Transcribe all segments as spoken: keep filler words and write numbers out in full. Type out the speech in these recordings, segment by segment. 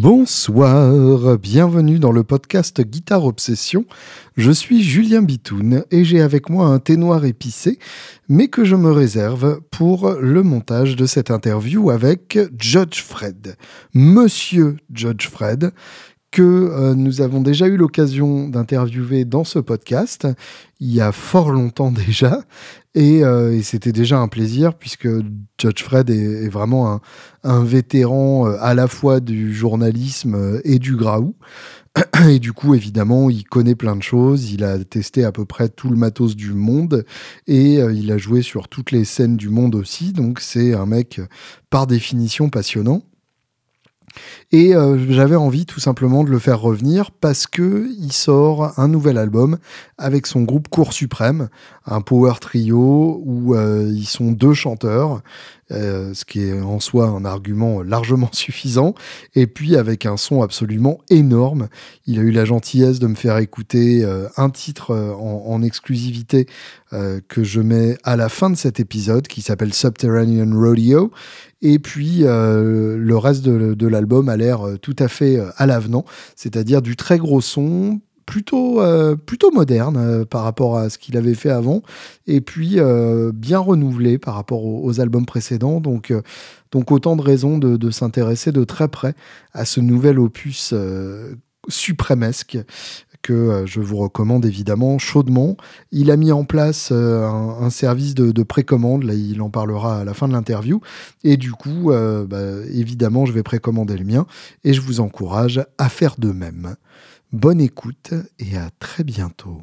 Bonsoir, bienvenue dans le podcast Guitare Obsession. Je suis Julien Bitoun et j'ai avec moi un thé noir épicé, mais que je me réserve pour le montage de cette interview avec Judge Fred. Monsieur Judge Fred, que euh, nous avons déjà eu l'occasion d'interviewer dans ce podcast, il y a fort longtemps déjà, et, euh, et c'était déjà un plaisir, puisque Judge Fred est, est vraiment un, un vétéran euh, à la fois du journalisme euh, et du graoux, et du coup, évidemment, il connaît plein de choses, il a testé à peu près tout le matos du monde, et euh, il a joué sur toutes les scènes du monde aussi, donc c'est un mec, par définition, passionnant. Et euh, j'avais envie tout simplement de le faire revenir parce que il sort un nouvel album avec son groupe Cour Suprême, un power trio où euh, ils sont deux chanteurs, euh, ce qui est en soi un argument largement suffisant, et puis avec un son absolument énorme. Il a eu la gentillesse de me faire écouter euh, un titre euh, en, en exclusivité euh, que je mets à la fin de cet épisode qui s'appelle Subterranean Rodeo. Et puis, euh, le reste de, de l'album a l'air euh, tout à fait euh, à l'avenant, c'est-à-dire du très gros son, plutôt, euh, plutôt moderne euh, par rapport à ce qu'il avait fait avant, et puis euh, bien renouvelé par rapport aux, aux albums précédents. Donc, euh, donc autant de raisons de, de s'intéresser de très près à ce nouvel opus euh, suprêmesque que euh, je vous recommande évidemment chaudement. Il a mis en place euh, un, un service de, de précommande, là il en parlera à la fin de l'interview, et du coup, euh, bah, évidemment, je vais précommander le mien, et je vous encourage à faire de même. Bonne écoute, et à très bientôt.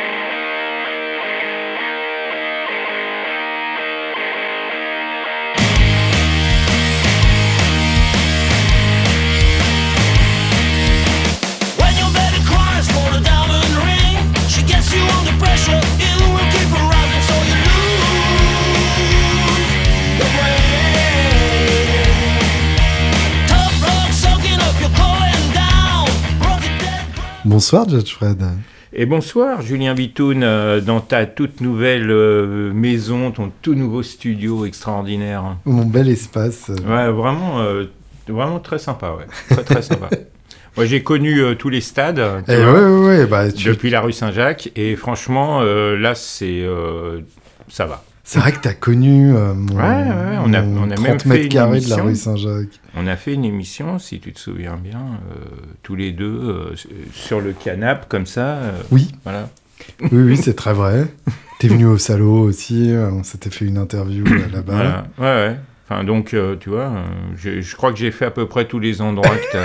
Bonsoir Judge Fred. Et bonsoir Julien Bitoun, euh, dans ta toute nouvelle euh, maison, ton tout nouveau studio extraordinaire. Mon bel espace. Ouais, vraiment, euh, vraiment très sympa, ouais. Très très sympa. Moi j'ai connu euh, tous les stades tu eh vois, ouais, ouais, ouais, bah, tu... depuis la rue Saint-Jacques, et franchement euh, là c'est euh, ça va. C'est vrai que tu as connu euh, mon, ouais, ouais, on a, on a même fait une émission, de la rue Saint-Jacques. On a fait une émission, si tu te souviens bien, euh, tous les deux, euh, sur le canapé, comme ça. Euh, oui. Voilà. Oui, oui, c'est très vrai. T'es venu au Salon aussi, on s'était fait une interview là-bas. Voilà. Ouais, ouais. Enfin, donc, euh, tu vois, euh, je, je crois que j'ai fait à peu près tous les endroits que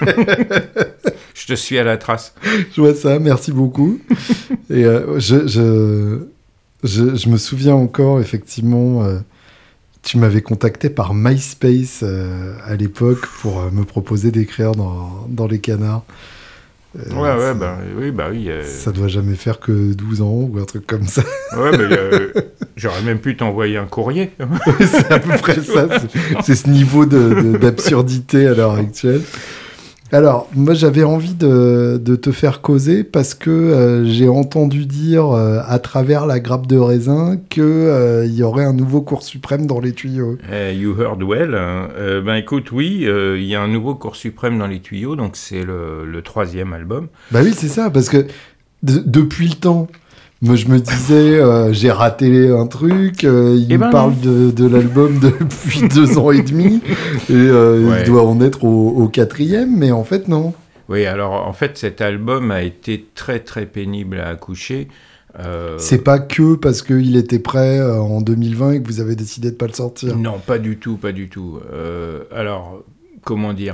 t'as... Je te suis à la trace. Je vois ça, merci beaucoup. Et euh, je... je... Je, je me souviens encore, effectivement, euh, tu m'avais contacté par MySpace euh, à l'époque pour euh, me proposer d'écrire dans, dans les canards. Euh, ouais, ouais, bah oui, bah oui. Euh... Ça doit jamais faire que douze ans ou un truc comme ça. Ouais, mais euh, j'aurais même pu t'envoyer un courrier. C'est à peu près ça, c'est, c'est ce niveau de, de, d'absurdité à l'heure actuelle. Alors, moi, j'avais envie de, de te faire causer parce que euh, j'ai entendu dire euh, à travers la grappe de raisin qu'il euh, y aurait un nouveau Cour Suprême dans les tuyaux. Uh, you heard well. Euh, ben écoute, oui, il euh, y a un nouveau Cour Suprême dans les tuyaux, donc c'est le, le troisième album. Bah oui, c'est ça, parce que de, depuis le temps... Moi, je me disais, euh, j'ai raté un truc, euh, il eh me ben parle de, de l'album depuis deux ans et demi, et euh, ouais. Il doit en être au, au quatrième, mais en fait, non. Oui, alors, en fait, cet album a été très, très pénible à accoucher. Euh... C'est pas que parce qu'il était prêt euh, en deux mille vingt et que vous avez décidé de pas le sortir. Non, pas du tout, pas du tout. Euh, alors, comment dire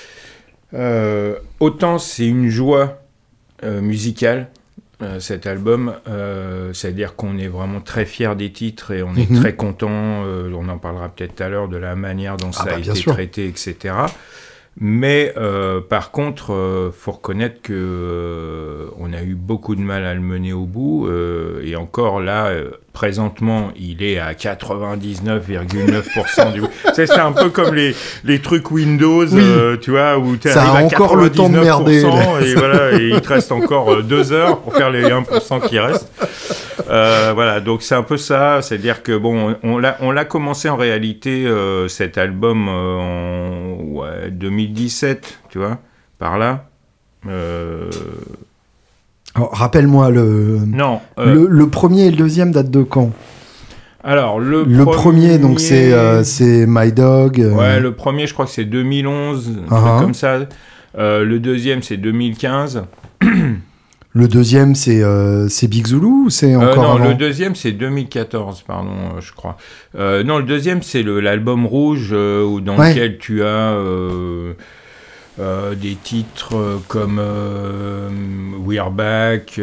euh, autant c'est une joie euh, musicale, Euh, cet album, euh, c'est-à-dire qu'on est vraiment très fiers des titres et on est mmh. très content, euh, on en parlera peut-être tout à l'heure de la manière dont ah ça bah, a été sûr. traité, et cetera. Mais euh, par contre, il euh, faut reconnaître qu'on euh, a eu beaucoup de mal à le mener au bout. Euh, et encore là, euh, présentement, il est à quatre-vingt-dix-neuf virgule neuf pour cent du... c'est, c'est un peu comme les, les trucs Windows, oui. euh, tu vois, où tu arrives à encore le temps de merder. Et, voilà, et il te reste encore euh, deux heures pour faire les un pour cent qui restent. Euh, voilà, donc c'est un peu ça. C'est-à-dire que, bon, on, on, l'a, on l'a commencé en réalité, euh, cet album, euh, en, ouais, deux mille dix-sept, tu vois, par là. Euh... Alors, rappelle-moi, le... Non. Euh... Le, le premier et le deuxième datent de quand ? Alors, le, le premier... premier, donc, c'est, euh, c'est My Dog. Euh... Ouais, le premier, je crois que c'est deux mille onze, un uh-huh. truc comme ça. Euh, le deuxième, c'est deux mille quinze. Le deuxième, c'est, euh, c'est Big Zulu ou c'est encore euh, Non, avant ? Le deuxième, c'est deux mille quatorze, pardon, euh, je crois. Euh, non, le deuxième, c'est le, l'album Rouge, euh, dans ouais. lequel tu as euh, euh, des titres euh, comme euh, We're Back,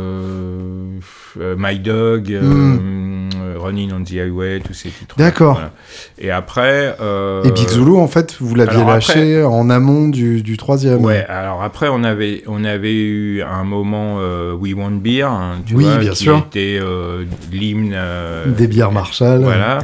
euh, euh, My Dog, mm. euh, Running on the Highway, tous ces titres. D'accord. Voilà. Et après... Euh, Et Big Zulu, en fait, vous l'aviez alors lâché après, en amont du, du troisième. Ouais, alors après, on avait, on avait eu un moment euh, We Want Beer, hein, tu oui, vois, bien qui sûr. était euh, l'hymne... Euh, des bières Marshall. Voilà.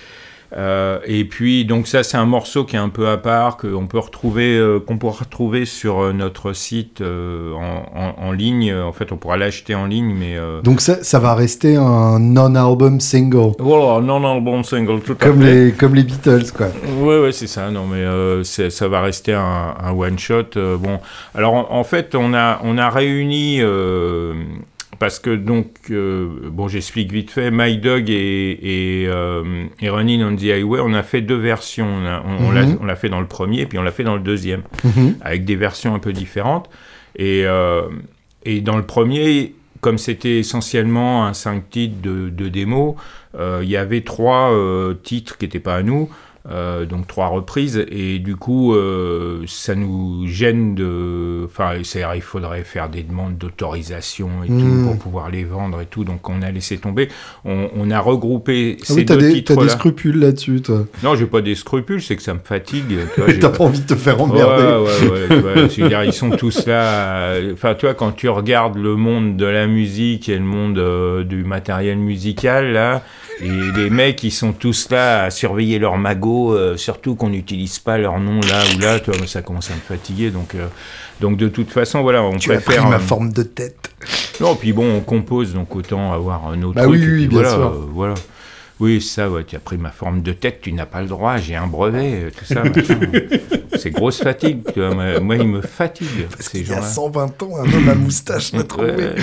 Euh, et puis, donc ça, c'est un morceau qui est un peu à part, qu'on peut retrouver, euh, qu'on pourra retrouver sur notre site euh, en, en, en ligne. En fait, on pourra l'acheter en ligne, mais... Euh... Donc ça, ça va rester un non-album single. Voilà, non-album single, tout comme à fait. Les, comme les Beatles, quoi. Ouais, ouais, c'est ça. Non, mais euh, c'est, ça va rester un, un one-shot. Euh, bon, alors, en, en fait, on a, on a réuni... Euh, Parce que donc, euh, bon, j'explique vite fait, My Dog et, et, euh, et Running on the Highway, on a fait deux versions. On, a, on, mm-hmm. on, l'a, on l'a fait dans le premier, puis on l'a fait dans le deuxième, mm-hmm. avec des versions un peu différentes. Et, euh, et dans le premier, comme c'était essentiellement un cinq titres de, de démo, euh, il y avait trois euh, titres qui n'étaient pas à nous. Euh, donc trois reprises, et du coup euh, ça nous gêne de... Enfin, il faudrait faire des demandes d'autorisation et mmh. tout pour pouvoir les vendre et tout, donc on a laissé tomber. On, on a regroupé ah ces oui, deux des, titres-là. T'as des scrupules là-dessus, toi ? Non, j'ai pas des scrupules, c'est que ça me fatigue. Tu vois, t'as pas envie de te faire emmerder. Ouais, ouais, ouais. Tu vois, je veux dire, ils sont tous là... Enfin, tu vois, quand tu regardes le monde de la musique et le monde euh, du matériel musical, là... Et les mecs, ils sont tous là à surveiller leur magot, euh, surtout qu'on n'utilise pas leur nom là ou là, tu vois, ça commence à me fatiguer. Donc, euh, donc de toute façon, voilà, on tu préfère... Tu as pris ma euh, forme de tête. Non, puis bon, on compose, donc autant avoir un autre bah truc. Oui, oui, bien voilà, sûr. Euh, voilà. Oui, ça, ouais, tu as pris ma forme de tête, tu n'as pas le droit, j'ai un brevet, tout ça. Machin. C'est grosse fatigue, tu vois. Moi, moi il me fatigue. Parce ces qu'il gens-là. y a cent vingt ans, un homme à moustache l'a trouvé. Ouais.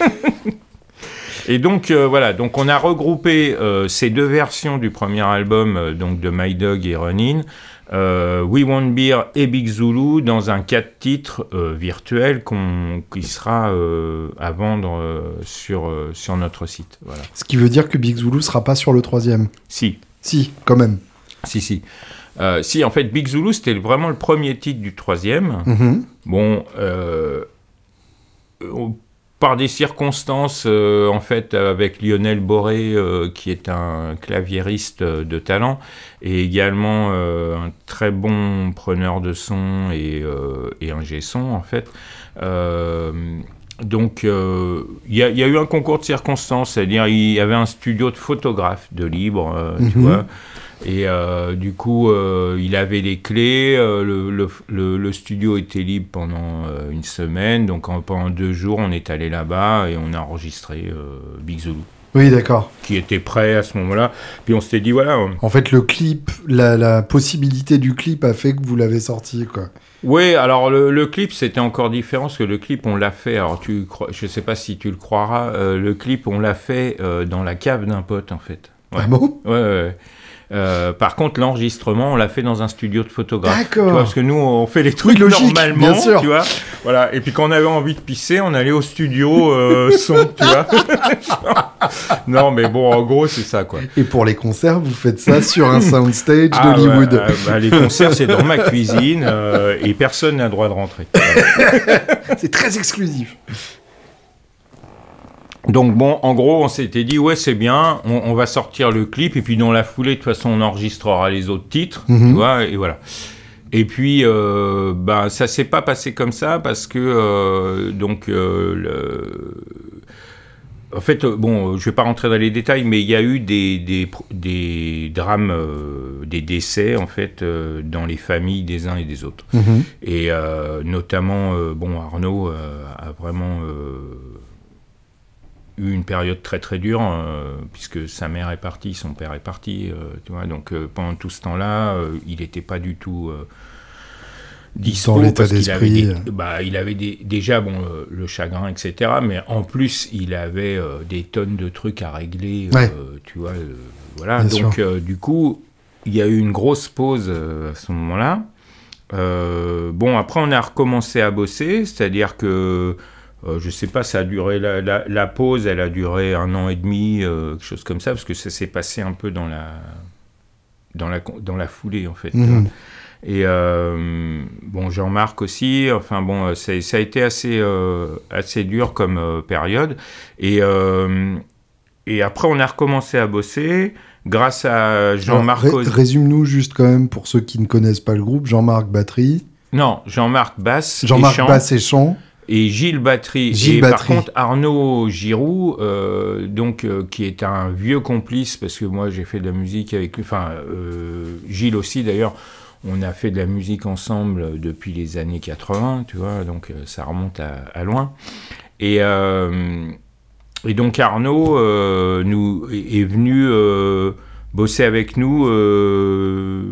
Et donc, euh, voilà, donc on a regroupé euh, ces deux versions du premier album, euh, donc de My Dog et Running, euh, We Want Beer et Big Zulu, dans un quatre titres euh, virtuel qu'on, qui sera euh, à vendre euh, sur, euh, sur notre site. Voilà. Ce qui veut dire que Big Zulu ne sera pas sur le troisième. Si. Si, quand même. Si, si. Euh, si, en fait, Big Zulu, c'était vraiment le premier titre du troisième. Mm-hmm. Bon, euh, par des circonstances, euh, en fait, avec Lionel Boré, euh, qui est un claviériste de talent, et également euh, un très bon preneur de son et, euh, et ingé son, en fait. Euh, donc, il euh, y, y a eu un concours de circonstances, c'est-à-dire il y avait un studio de photographe de libre, euh, mm-hmm. tu vois. Et euh, du coup, euh, il avait les clés, euh, le, le, le, le studio était libre pendant euh, une semaine, donc en, pendant deux jours, on est allé là-bas et on a enregistré euh, Big Zulu. Oui, d'accord. Qui était prêt à ce moment-là. Puis on s'était dit, voilà... On... En fait, le clip, la, la possibilité du clip a fait que vous l'avez sorti, quoi. Oui, alors le, le clip, c'était encore différent, parce que le clip, on l'a fait, alors tu, je ne sais pas si tu le croiras, euh, le clip, on l'a fait euh, dans la cave d'un pote, en fait. Ouais. Ah bon ? Ouais, ouais, ouais. Euh, par contre, l'enregistrement, on l'a fait dans un studio de photographe. D'accord. Tu vois, parce que nous, on fait les trucs oui, logique, normalement, bien sûr. tu vois. Voilà. Et puis quand on avait envie de pisser, on allait au studio euh, son, tu vois. Non, mais bon, en gros, c'est ça, quoi. Et pour les concerts, vous faites ça sur un soundstage ah, d'Hollywood. Ouais, euh, bah, les concerts, c'est dans ma cuisine euh, et personne n'a le droit de rentrer. C'est très exclusif. Donc bon, en gros, on s'était dit, ouais, c'est bien, on, on va sortir le clip, et puis dans la foulée, de toute façon, on enregistrera les autres titres, mm-hmm. tu vois, et voilà. Et puis, euh, bah, ça s'est pas passé comme ça, parce que, euh, donc, euh, le... en fait, bon, je vais pas rentrer dans les détails, mais il y a eu des, des, des drames, euh, des décès, en fait, euh, dans les familles des uns et des autres. Mm-hmm. Et euh, notamment, euh, bon, Arnaud euh, a vraiment... Euh, eu une période très très dure euh, puisque sa mère est partie, son père est parti, euh, tu vois, donc euh, pendant tout ce temps-là, euh, il n'était pas du tout, euh, dispo, dans l'état parce qu'il avait, d'esprit. des, bah, il avait des, déjà bon, euh, le chagrin, et cetera. Mais en plus, il avait euh, des tonnes de trucs à régler. Ouais. Euh, tu vois, euh, voilà. Bien Donc, euh, du coup, il y a eu une grosse pause euh, à ce moment-là. Euh, bon, après, on a recommencé à bosser, c'est-à-dire que, euh, je sais pas, ça a duré, la, la, la pause, elle a duré un an et demi, euh, quelque chose comme ça, parce que ça s'est passé un peu dans la, dans la, dans la foulée, en fait. Mmh. Tu vois. Et euh, bon, Jean-Marc aussi, enfin bon, ça, ça a été assez, euh, assez dur comme euh, période. Et, euh, et après, on a recommencé à bosser. Grâce à Jean-Marc... Alors, ré- résume-nous juste quand même, pour ceux qui ne connaissent pas le groupe, Jean-Marc batterie. Non, Jean-Marc basse Jean-Marc et chant. basse et chant. Et Gilles batterie. Gilles et batterie. par contre, Arnaud Giroux, euh, donc, euh, qui est un vieux complice, parce que moi, j'ai fait de la musique avec lui. Enfin, euh, Gilles aussi, d'ailleurs. On a fait de la musique ensemble depuis les années quatre-vingts, tu vois, donc euh, ça remonte à, à loin. Et... Euh, Et donc Arnaud euh, nous, est, est venu euh, bosser avec nous euh,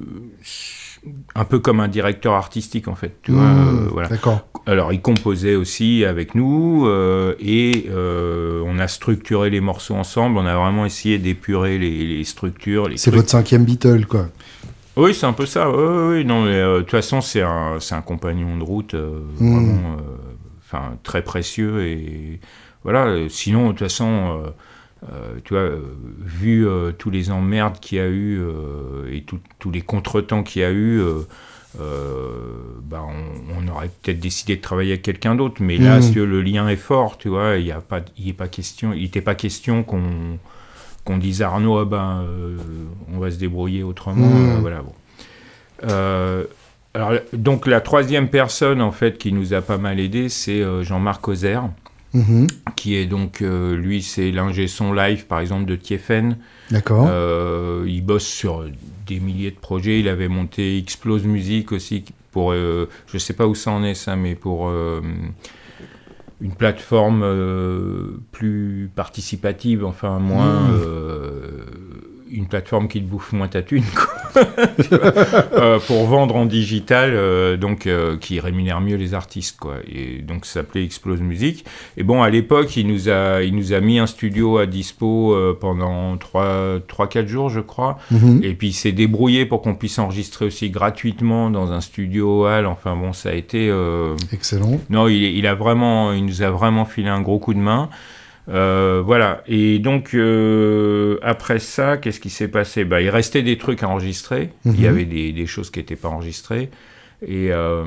un peu comme un directeur artistique en fait. Tu Mmh, vois, euh, voilà. D'accord. Alors il composait aussi avec nous euh, et euh, on a structuré les morceaux ensemble. On a vraiment essayé d'épurer les, les structures. Les C'est trucs. votre cinquième Beatle, quoi. Oui, c'est un peu ça. Oui, oui, oui. Non, mais euh, de toute façon, c'est un, c'est un compagnon de route euh, Mmh. vraiment, enfin, euh, très précieux et voilà. euh, Sinon, de toute façon, euh, euh, tu vois, euh, vu euh, tous les emmerdes qu'il y a eu euh, et tout- tous les contretemps qu'il y a eu, euh, euh, bah, on, on aurait peut-être décidé de travailler avec quelqu'un d'autre. Mais là, Mmh. si le lien est fort, tu vois, il y a pas, il est pas question, il n'était pas question qu'on qu'on dise à Arnaud, ah ben, euh, on va se débrouiller autrement. Mmh. euh, voilà. Bon. Euh, alors, donc la troisième personne en fait qui nous a pas mal aidé, c'est euh, Jean-Marc Ozer, Mhm. qui est donc euh, lui, c'est l'ingé son live par exemple de Tiefen. D'accord. Euh, il bosse sur des milliers de projets. Il avait monté Explose Music aussi pour, euh, je sais pas où ça en est ça, mais pour euh, une plateforme euh, plus participative, enfin moins. Mmh. Euh, une plateforme qui te bouffe moins ta thune, quoi. euh, pour vendre en digital, euh, donc euh, qui rémunère mieux les artistes, quoi. Et donc ça s'appelait Explose Music. Et bon, à l'époque, il nous a, il nous a mis un studio à dispo euh, pendant trois quatre jours, je crois. Mhm. Et puis il s'est débrouillé pour qu'on puisse enregistrer aussi gratuitement dans un studio hall. Enfin bon, ça a été. Euh... Excellent. Non, il, il a vraiment, il nous a vraiment filé un gros coup de main. Euh, voilà. Et donc euh, après ça, qu'est-ce qui s'est passé ? Bah, il restait des trucs à enregistrer. Mhm. Il y avait des, des choses qui n'étaient pas enregistrées. Et euh,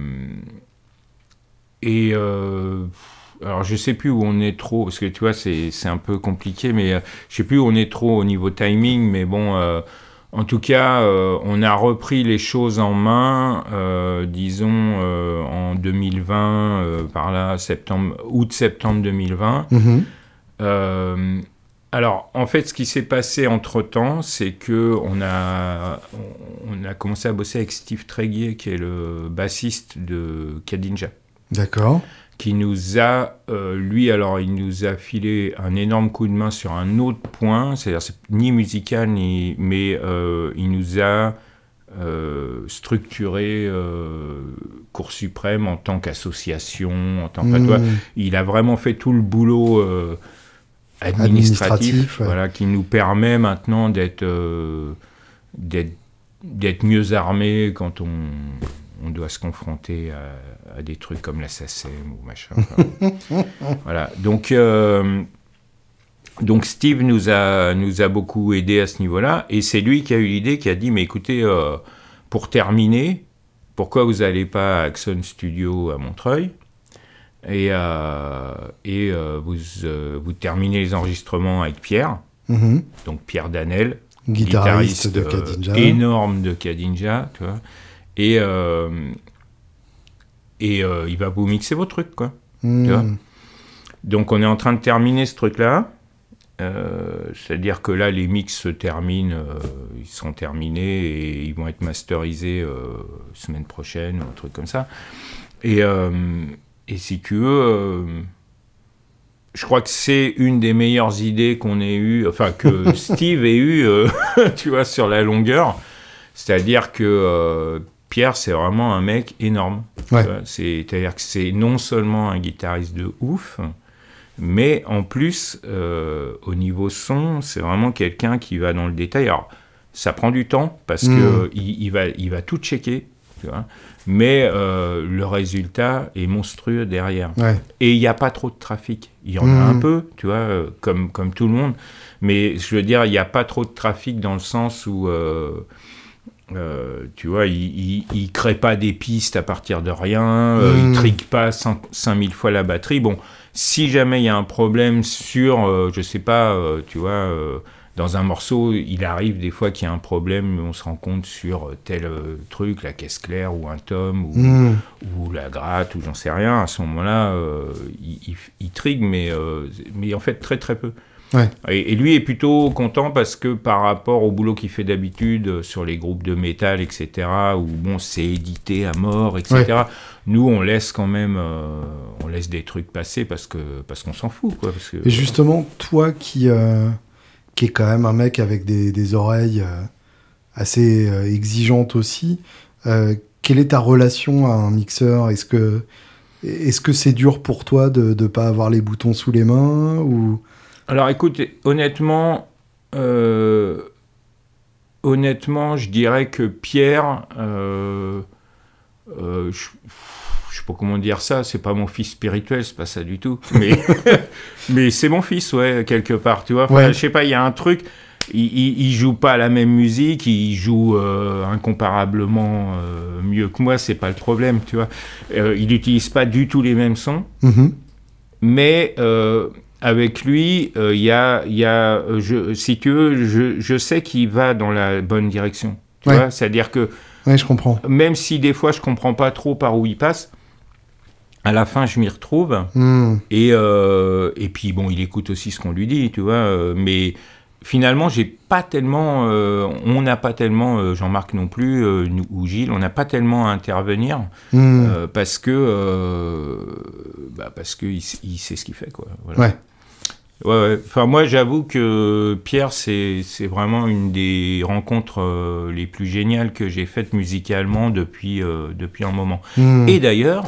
et euh, alors je sais plus où on est trop, parce que tu vois c'est c'est un peu compliqué, mais euh, je sais plus où on est trop au niveau timing. Mais bon. Euh, En tout cas, euh, on a repris les choses en main, euh, disons, euh, en deux mille vingt, euh, par là, septembre, août-septembre deux mille vingt. Mhm. Euh, alors, en fait, ce qui s'est passé entre-temps, c'est qu'on a, on a commencé à bosser avec Steve Tréguier, qui est le bassiste de Kadinja, D'accord. qui nous a, euh, lui, alors, il nous a filé un énorme coup de main sur un autre point, c'est-à-dire c'est ni musical, ni, mais euh, il nous a euh, structuré euh, Cour suprême en tant qu'association, en tant que, Mmh. toi, il a vraiment fait tout le boulot euh, administratif, Administratif, ouais. voilà, qui nous permet maintenant d'être, euh, d'être, d'être mieux armés quand on on doit se confronter à, à des trucs comme la S A C E M ou machin. Enfin, voilà. Donc, euh, donc Steve nous a, nous a beaucoup aidé à ce niveau-là. Et c'est lui qui a eu l'idée, qui a dit, mais écoutez, euh, pour terminer, pourquoi vous n'allez pas à Axon Studio à Montreuil et, euh, et euh, vous, euh, vous terminez les enregistrements avec Pierre, Mhm. donc Pierre Danel, Guitariste de euh, Kadinja. énorme de Kadinja, tu vois. Et, euh, et euh, il va vous mixer vos trucs, quoi. Mmh. Tu vois. Donc, on est en train de terminer ce truc-là. Euh, c'est-à-dire que là, les mix se terminent, euh, ils seront terminés et ils vont être masterisés euh, semaine prochaine ou un truc comme ça. Et, euh, et si tu veux, euh, je crois que c'est une des meilleures idées qu'on ait eues, enfin, que Steve ait eues, euh, tu vois, sur la longueur. C'est-à-dire que... Euh, Pierre, c'est vraiment un mec énorme. Ouais. Tu vois, c'est, c'est-à-dire que c'est non seulement un guitariste de ouf, mais en plus, euh, au niveau son, c'est vraiment quelqu'un qui va dans le détail. Alors, ça prend du temps parce mmh. qu'il il va, il va tout checker, tu vois, mais euh, le résultat est monstrueux derrière. Ouais. Et il n'y a pas trop de trafic. Il y en mmh. a un peu, tu vois, comme, comme tout le monde, mais je veux dire, il n'y a pas trop de trafic dans le sens où... Euh, Euh, tu vois, il ne crée pas des pistes à partir de rien, euh, mmh. il ne trique pas cinq mille fois la batterie. Bon, si jamais il y a un problème sur, euh, je sais pas, euh, tu vois, euh, dans un morceau, il arrive des fois qu'il y a un problème, on se rend compte sur tel euh, truc, la caisse claire ou un tom, ou, mmh. ou la gratte, ou j'en sais rien. À ce moment-là, euh, il, il, il trigue, mais, euh, mais en fait très très peu. Ouais. Et, et lui est plutôt content parce que par rapport au boulot qu'il fait d'habitude sur les groupes de métal, et cetera, où bon, c'est édité à mort, et cetera. Ouais. Nous, on laisse quand même, euh, on laisse des trucs passer parce que parce qu'on s'en fout, quoi. Parce que, et justement, toi qui euh, qui est quand même un mec avec des, des oreilles euh, assez euh, exigeantes aussi, euh, quelle est ta relation à un mixeur ? Est-ce que est-ce que c'est dur pour toi de de pas avoir les boutons sous les mains ou... Alors écoute, honnêtement, euh, honnêtement, je dirais que Pierre, euh, euh, je, je sais pas comment dire ça, c'est pas mon fils spirituel, c'est pas ça du tout, mais, mais c'est mon fils, ouais, quelque part, tu vois. Enfin, ouais. Je sais pas, il y a un truc, il, il, il joue pas la même musique, il joue euh, incomparablement euh, mieux que moi, c'est pas le problème, tu vois. Euh, il n'utilise pas du tout les mêmes sons, mm-hmm. mais... Euh, avec lui, il euh, y a, y a je, si tu veux, je, je sais qu'il va dans la bonne direction. Tu ouais. vois, c'est-à-dire que, ouais, je comprends. Même si des fois je comprends pas trop par où il passe, à la fin je m'y retrouve. Mm. Et, euh, et puis bon, il écoute aussi ce qu'on lui dit, tu vois. Euh, mais finalement, j'ai pas tellement, euh, on n'a pas tellement, euh, Jean-Marc non plus, euh, nous, ou Gilles, on n'a pas tellement à intervenir mm. euh, parce que, euh, bah parce que il, il sait ce qu'il fait, quoi. Voilà. Ouais. Ouais, ouais. Enfin, moi, j'avoue que Pierre, c'est, c'est vraiment une des rencontres euh, les plus géniales que j'ai faites musicalement depuis, euh, depuis un moment. Mm. Et d'ailleurs,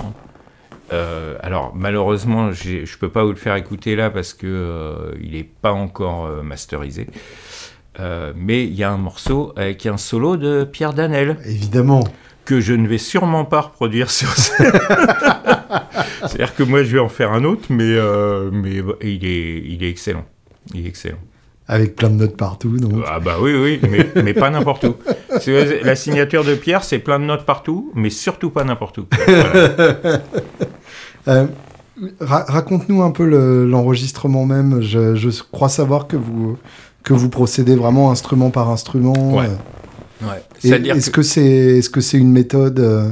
euh, alors malheureusement, j'ai, je peux pas vous le faire écouter là parce que euh, il est pas encore euh, masterisé. Euh, mais il y a un morceau avec un solo de Pierre Danel. Évidemment. Que je ne vais sûrement pas reproduire sur scène. C'est-à-dire que moi, je vais en faire un autre, mais, euh, mais il, est, il est excellent. Il est excellent. Avec plein de notes partout, donc. Ah bah oui, oui, mais, mais pas n'importe où. C'est, la signature de Pierre, c'est plein de notes partout, mais surtout pas n'importe où. Voilà. euh, ra- raconte-nous un peu le, l'enregistrement même. Je, je crois savoir que vous, que vous procédez vraiment instrument par instrument. Ouais. Ouais. C'est-à-dire est-ce que... que c'est est-ce que c'est une méthode euh,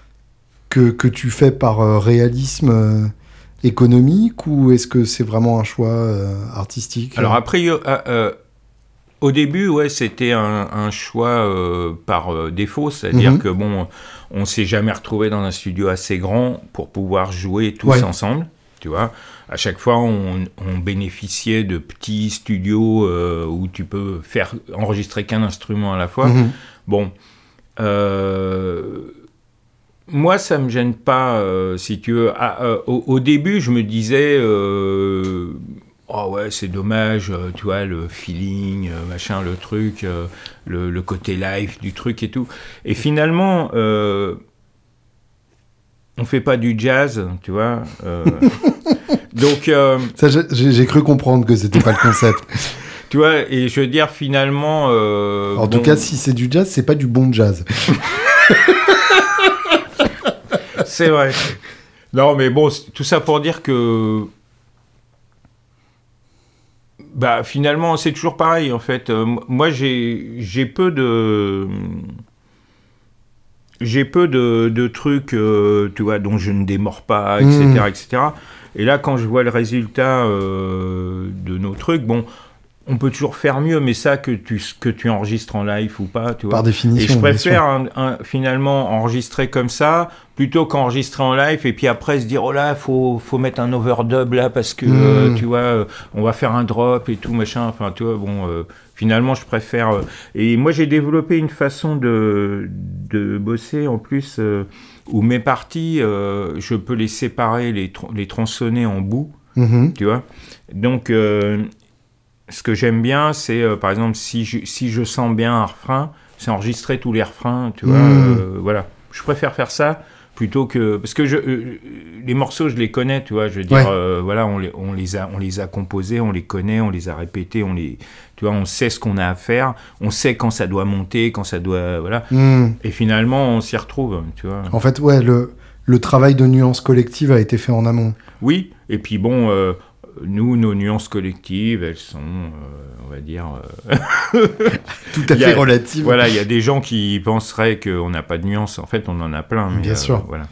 que que tu fais par euh, réalisme euh, économique ou est-ce que c'est vraiment un choix euh, artistique ? Alors après, euh, euh, au début, ouais, c'était un, un choix euh, par euh, défaut, c'est-à-dire mm-hmm. que bon, on s'est jamais retrouvé dans un studio assez grand pour pouvoir jouer tous ouais. ensemble, tu vois. À chaque fois, on, on bénéficiait de petits studios euh, où tu peux faire enregistrer qu'un instrument à la fois. Mmh. Bon, euh, moi, ça me gêne pas, euh, si tu veux. Ah, euh, au, au début, je me disais, euh, oh ouais, c'est dommage, euh, tu vois, le feeling, euh, machin, le truc, euh, le, le côté live du truc et tout. Et finalement, euh, on fait pas du jazz, tu vois. Euh, Donc, euh, ça, j'ai, j'ai cru comprendre que c'était pas le concept. Tu vois, et je veux dire, finalement... Euh, en bon... tout cas, si c'est du jazz, c'est pas du bon jazz. C'est vrai. Non, mais bon, tout ça pour dire que... Bah, finalement, c'est toujours pareil, en fait. Euh, moi, j'ai, j'ai peu de... J'ai peu de, de trucs, euh, tu vois, dont je ne démords pas, et cetera, mmh. et cetera. Et là, quand je vois le résultat euh, de nos trucs, bon, on peut toujours faire mieux, mais ça, que tu, que tu enregistres en live ou pas, tu vois. Par définition. Et je préfère un, un, finalement enregistrer comme ça, plutôt qu'enregistrer en live et puis après se dire, oh là, faut, faut mettre un overdub là parce que, mmh. euh, tu vois, euh, on va faire un drop et tout, machin. Enfin, tu vois, bon, euh, finalement, je préfère. Euh, et moi, j'ai développé une façon de, de bosser en plus euh, où mes parties, euh, je peux les séparer, les, tr- les tronçonner en bouts, mmh. tu vois. Donc, euh, ce que j'aime bien, c'est, euh, par exemple, si je, si je sens bien un refrain, c'est enregistrer tous les refrains, tu vois. Mmh. Euh, voilà. Je préfère faire ça plutôt que... Parce que je, euh, les morceaux, je les connais, tu vois. Je veux dire, ouais. euh, voilà, on les, on, les a, on les a composés, on les connaît, on les a répétés, on les... Tu vois, on sait ce qu'on a à faire, on sait quand ça doit monter, quand ça doit... Voilà. Mmh. Et finalement, on s'y retrouve, tu vois. En fait, ouais, le, le travail de nuance collective a été fait en amont. Oui, et puis bon... Euh, nous, nos nuances collectives, elles sont, euh, on va dire... Euh... Tout à fait relatives. Voilà, il y a des gens qui penseraient qu'on n'a pas de nuances. En fait, on en a plein. Mais, Bien euh, sûr. Voilà.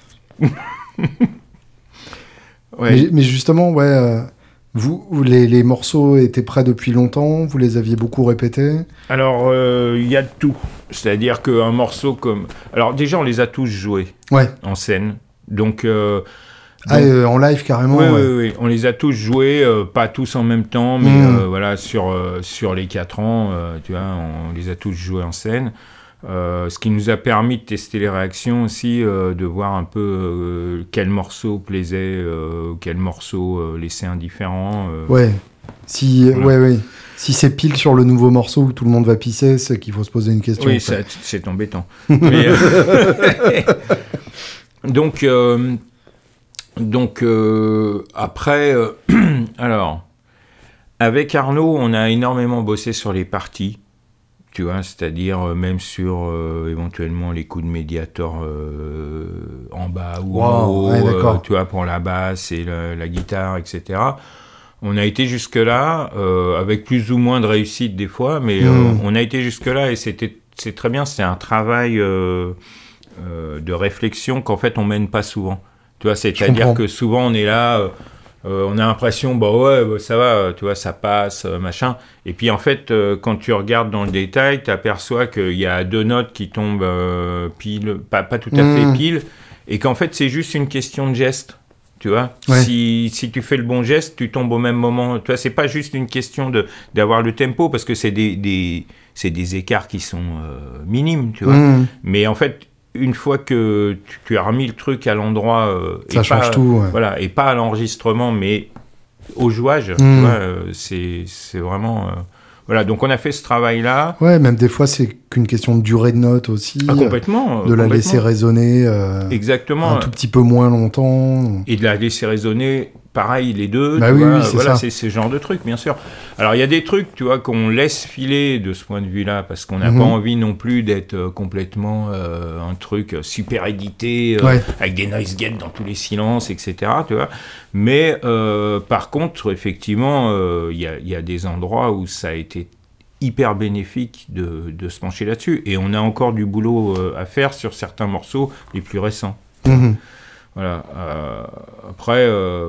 ouais. mais, mais justement, ouais, euh, vous, les, les morceaux étaient prêts depuis longtemps, vous les aviez beaucoup répétés? Alors, il euh, y a de tout. C'est-à-dire qu'un morceau comme... Alors, déjà, on les a tous joués ouais. en scène. Donc... Euh, Ah, euh, en live carrément. Oui, ouais. oui, oui, on les a tous joués, euh, pas tous en même temps, mais mmh. euh, voilà, sur, euh, sur les quatre ans, euh, tu vois, on les a tous joués en scène. Euh, ce qui nous a permis de tester les réactions aussi, euh, de voir un peu euh, quel morceau plaisait, euh, quel morceau euh, laissait indifférent. Euh, ouais, si, voilà. ouais, ouais. Si c'est pile sur le nouveau morceau où tout le monde va pisser, c'est qu'il faut se poser une question. Oui, ça, c'est embêtant. mais, euh... Donc... Euh, Donc, euh, après, euh, alors, avec Arnaud, on a énormément bossé sur les parties, tu vois, c'est-à-dire euh, même sur euh, éventuellement les coups de médiator euh, en bas ou wow, en haut, ouais, euh, tu vois, pour la basse et la, la guitare, et cetera. On a été jusque-là, euh, avec plus ou moins de réussite des fois, mais mmh. euh, on a été jusque-là et c'était, c'est très bien, c'est un travail euh, euh, de réflexion qu'en fait on mène pas souvent. Tu vois, c'est-à-dire que souvent on est là, euh, euh, on a l'impression, bah ouais, bah, ça va, tu vois, ça passe, euh, machin. Et puis en fait, euh, quand tu regardes dans le détail, tu aperçois qu'il y a deux notes qui tombent euh, pile, pas, pas tout à mmh. fait pile, et qu'en fait c'est juste une question de geste. Tu vois, ouais. si, si tu fais le bon geste, tu tombes au même moment. Tu vois, c'est pas juste une question de, d'avoir le tempo, parce que c'est des, des, c'est des écarts qui sont euh, minimes, tu vois. Mmh. Mais en fait, une fois que tu, tu as remis le truc à l'endroit, euh, ça et change pas, tout. Ouais. Voilà, et pas à l'enregistrement, mais au jouage, mmh. tu vois, euh, c'est, c'est vraiment... Euh, voilà, donc on a fait ce travail-là. Ouais, même des fois, c'est qu'une question de durée de note aussi. Ah, complètement. Euh, de la complètement. laisser résonner euh, Exactement. un tout petit peu moins longtemps. Et de la laisser résonner, pareil, les deux. Bah tu oui, vois, oui, c'est voilà, ça. c'est ce genre de trucs, bien sûr. Alors, il y a des trucs, tu vois, qu'on laisse filer de ce point de vue-là, parce qu'on n'a mmh. pas envie non plus d'être euh, complètement euh, un truc super édité, euh, ouais. avec des noise gates dans tous les silences, et cetera, tu vois. Mais, euh, par contre, effectivement, il euh, y, a, y a des endroits où ça a été hyper bénéfique de, de se pencher là-dessus. Et on a encore du boulot euh, à faire sur certains morceaux les plus récents. Mmh. Voilà. Euh, après, euh,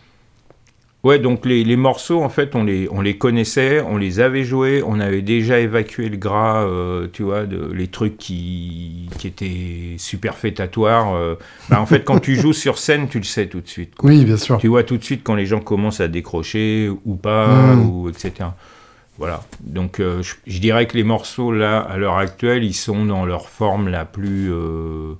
ouais, donc les, les morceaux, en fait, on les, on les connaissait, on les avait joués, on avait déjà évacué le gras, euh, tu vois, de, les trucs qui, qui étaient superfétatoires. Euh, bah, en fait, quand tu joues sur scène, tu le sais tout de suite, quoi. Oui, bien sûr. Tu vois tout de suite quand les gens commencent à décrocher ou pas, mmh. ou et cetera. Voilà, donc euh, je, je dirais que les morceaux, là, à l'heure actuelle, ils sont dans leur forme la plus, euh,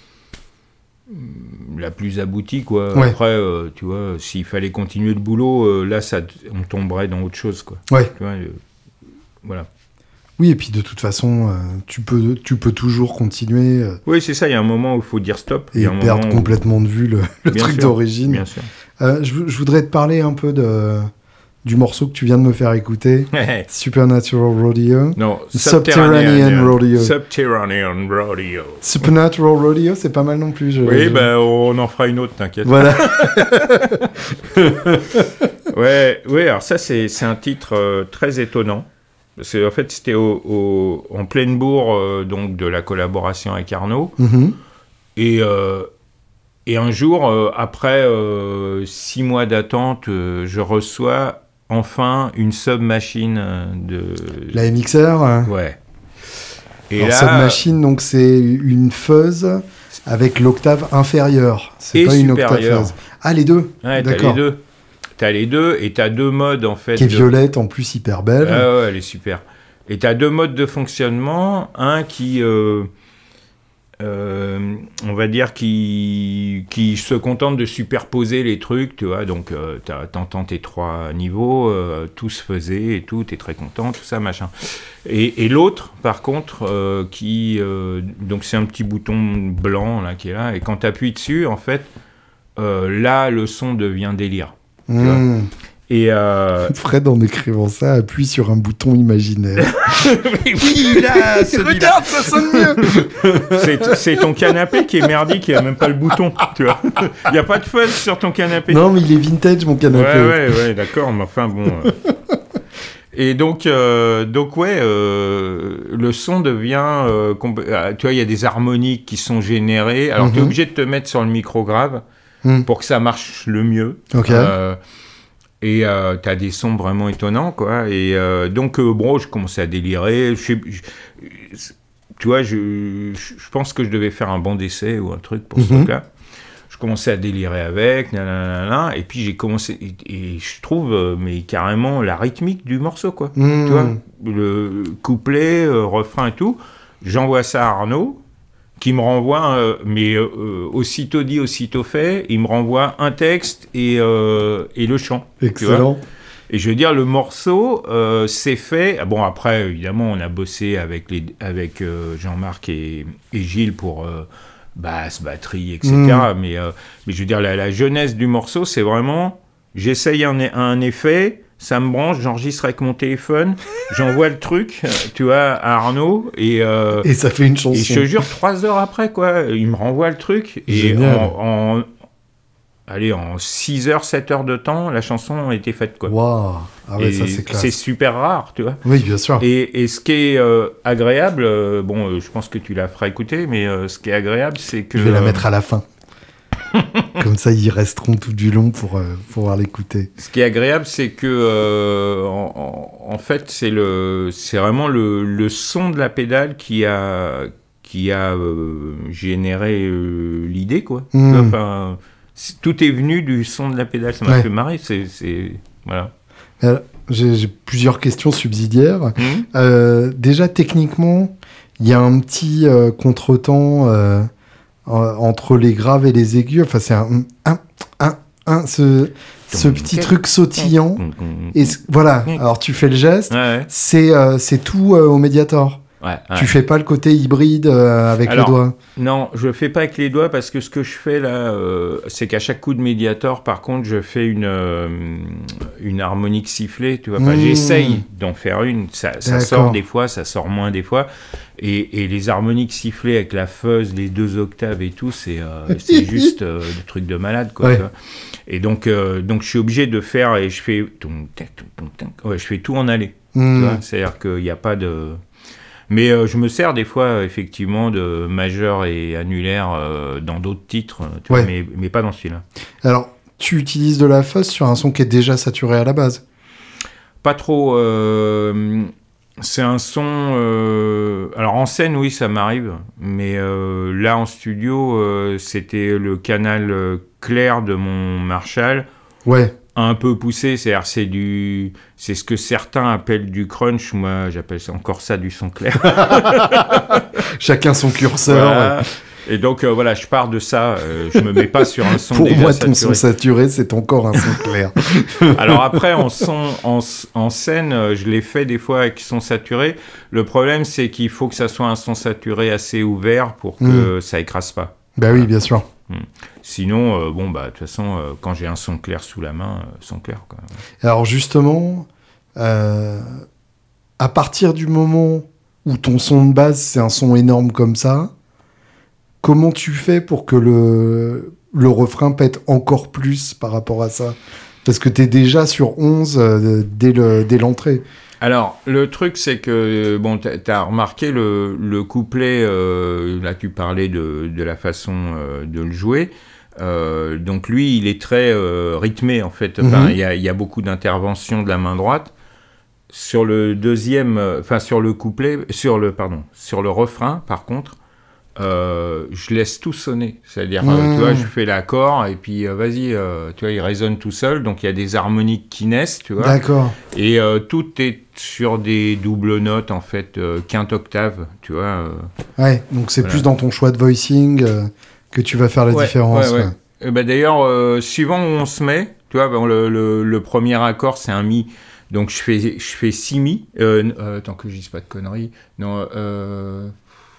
la plus aboutie, quoi. Ouais. Après, euh, tu vois, s'il fallait continuer le boulot, euh, là, ça, on tomberait dans autre chose, quoi. Ouais. Tu vois, euh, voilà. Oui, et puis de toute façon, euh, tu, peux, tu peux toujours continuer. Euh, oui, c'est ça, il y a un moment où il faut dire stop. Et perdre complètement où... de vue le, le truc sûr, d'origine. Bien sûr. Euh, je, je voudrais te parler un peu de... du morceau que tu viens de me faire écouter, Supernatural Rodeo. Non, Subterranean Rodeo. Subterranean Rodeo. Supernatural Rodeo, c'est pas mal non plus. Je, oui, je... ben on en fera une autre, t'inquiète. Voilà. ouais, ouais. Alors ça, c'est c'est un titre euh, très étonnant. Parce que, en fait, c'était au, au, en pleine bourre euh, donc de la collaboration avec Arnaud. Mm-hmm. Et euh, Et un jour, euh, après euh, six mois d'attente, euh, je reçois enfin une sub-machine de... La M X R hein. Ouais. Et alors, là... sub-machine, donc c'est une fuzz avec l'octave inférieure. C'est pas une octave fuzz. Ah, les deux ouais, d'accord. T'as les deux. T'as les deux, et t'as deux modes, en fait. Qui est de... violette, en plus, hyper belle. Ah ouais, elle est super. Et t'as deux modes de fonctionnement. Un qui... Euh... Euh, on va dire qui, qui se contente de superposer les trucs, tu vois, donc euh, t'entends tes trois niveaux, euh, tout se faisait et tout, t'es très content, tout ça, machin. Et, et l'autre, par contre, euh, qui, euh, donc c'est un petit bouton blanc là qui est là, et quand t'appuies dessus, en fait, euh, là le son devient délire. Tu mmh. vois. Et euh... Fred, en écrivant ça, appuie sur un bouton imaginaire. Mais oui, là, regarde, ça sonne mieux. c'est, c'est ton canapé qui est merdique, il n'y a même pas le bouton, tu vois. Il n'y a pas de fuzz sur ton canapé. Non, mais il est vintage, mon canapé. Ouais, ouais, ouais, d'accord, mais enfin, bon... Euh... Et donc, euh, donc ouais, euh, le son devient... Euh, comp... Tu vois, il y a des harmoniques qui sont générées. Alors, mm-hmm. tu es obligé de te mettre sur le micro grave mm. pour que ça marche le mieux. Ok. Euh, Et euh, t'as des sons vraiment étonnants, quoi. Et euh, donc, euh, bon, je commençais à délirer. Je, je, je, tu vois, je, je pense que je devais faire un banc d'essai ou un truc pour mm-hmm. ce truc-là. Je commençais à délirer avec, nanana, et puis j'ai commencé... Et, et je trouve, euh, mais carrément, la rythmique du morceau, quoi. Mm. Tu vois, le couplet, euh, refrain et tout. J'envoie ça à Arnaud, qui me renvoie, euh, mais euh, aussitôt dit, aussitôt fait, il me renvoie un texte et, euh, et le chant. Excellent. Et je veux dire, le morceau, euh, c'est fait... Bon, après, évidemment, on a bossé avec, les, avec euh, Jean-Marc et, et Gilles pour euh, basse, batterie, et cetera. Mm. Mais, euh, mais je veux dire, la, la jeunesse du morceau, c'est vraiment... J'essaye un, un effet... Ça me branche, j'enregistre avec mon téléphone, j'envoie le truc, tu vois, à Arnaud, et... Euh, et ça fait une chanson. Et je te jure, trois heures après, quoi, il me renvoie le truc, et en, en... Allez, en six heures, sept heures de temps, la chanson a été faite, quoi. Waouh. Ah ouais, et ça, c'est classe. C'est super rare, tu vois. Oui, bien sûr. Et, et ce qui est euh, agréable, euh, bon, euh, je pense que tu la feras écouter, mais euh, ce qui est agréable, c'est que... Je vais la mettre à la fin. Comme ça, ils resteront tout du long pour euh, pouvoir l'écouter. Ce qui est agréable, c'est que, euh, en, en, en fait, c'est, le, c'est vraiment le, le son de la pédale qui a, qui a euh, généré euh, l'idée, quoi. Mmh. Enfin, tout est venu du son de la pédale. Ça m'a ouais. fait marrer. C'est, c'est, voilà. Alors, j'ai, j'ai plusieurs questions subsidiaires. Mmh. Euh, déjà, techniquement, il y a un petit euh, contretemps... Euh, entre les graves et les aigus, enfin c'est un un un, un ce ce petit truc sautillant et voilà. Alors tu fais le geste, ouais, ouais. c'est euh, c'est tout euh, au Mediator. Ouais, ouais. Tu fais pas le côté hybride euh, avec Alors, les doigts. Non, je fais pas avec les doigts parce que ce que je fais là, euh, c'est qu'à chaque coup de Mediator, par contre, je fais une euh, une harmonique sifflée. Tu vois, enfin, mmh. j'essaye d'en faire une. Ça, ça sort des fois, ça sort moins des fois. Et, et les harmoniques sifflées avec la fuzz, les deux octaves et tout, c'est euh, c'est juste euh, des trucs de malade, quoi. Ouais. Tu vois. Et donc euh, donc je suis obligé de faire et je fais ouais, je fais tout en aller. Mmh. Tu vois, c'est-à-dire qu'il n'y a pas de Mais euh, je me sers des fois, effectivement, de majeur et annulaire euh, dans d'autres titres, tu ouais. vois, mais, mais pas dans celui-là. Alors, tu utilises de la fuzz sur un son qui est déjà saturé à la base ? Pas trop. Euh, c'est un son... Euh, alors, en scène, oui, ça m'arrive. Mais euh, là, en studio, euh, c'était le canal clair de mon Marshall. Ouais. Un peu poussé, c'est-à-dire c'est du, c'est ce que certains appellent du crunch, moi j'appelle ça encore ça du son clair. Chacun son curseur. Voilà. Ouais. Et donc euh, voilà, je pars de ça, euh, je me mets pas sur un son Pour déjà moi, saturé. ton son saturé, c'est encore un son clair. Alors après, en son, en, en scène, je l'ai fait des fois avec son saturé. Le problème, c'est qu'il faut que ça soit un son saturé assez ouvert pour que mmh. ça écrase pas. Bah oui, bien sûr. Mmh. Sinon, euh, bon, bah, de toute façon, euh, quand j'ai un son clair sous la main, euh, son clair, quoi. Alors, justement, euh, à partir du moment où ton son de base, c'est un son énorme comme ça, comment tu fais pour que le, le refrain pète encore plus par rapport à ça ? Parce que t'es déjà sur onze euh, dès, le, dès l'entrée. Alors, le truc, c'est que, bon, t'as remarqué le, le couplet, euh, là, tu parlais de, de la façon euh, de le jouer. Euh, donc lui, il est très euh, rythmé en fait. Enfin, il mm-hmm. y, y a beaucoup d'interventions de la main droite. Sur le deuxième, enfin euh, sur le couplet, sur le pardon, sur le refrain, par contre, euh, je laisse tout sonner. C'est-à-dire, mmh. euh, tu vois, je fais l'accord et puis euh, vas-y, euh, tu vois, il résonne tout seul. Donc il y a des harmoniques qui naissent, tu vois. D'accord. Et euh, tout est sur des doubles notes en fait, euh, quinte octave, tu vois. Euh, ouais. Donc c'est voilà. plus dans ton choix de voicing euh, que tu vas faire la ouais, différence. Ouais, ouais. Ouais. Et ben d'ailleurs, euh, suivant où on se met, tu vois, ben, le, le, le premier accord c'est un mi. Donc je fais, je fais si mi, euh, euh, tant que je dise pas de conneries, non, euh,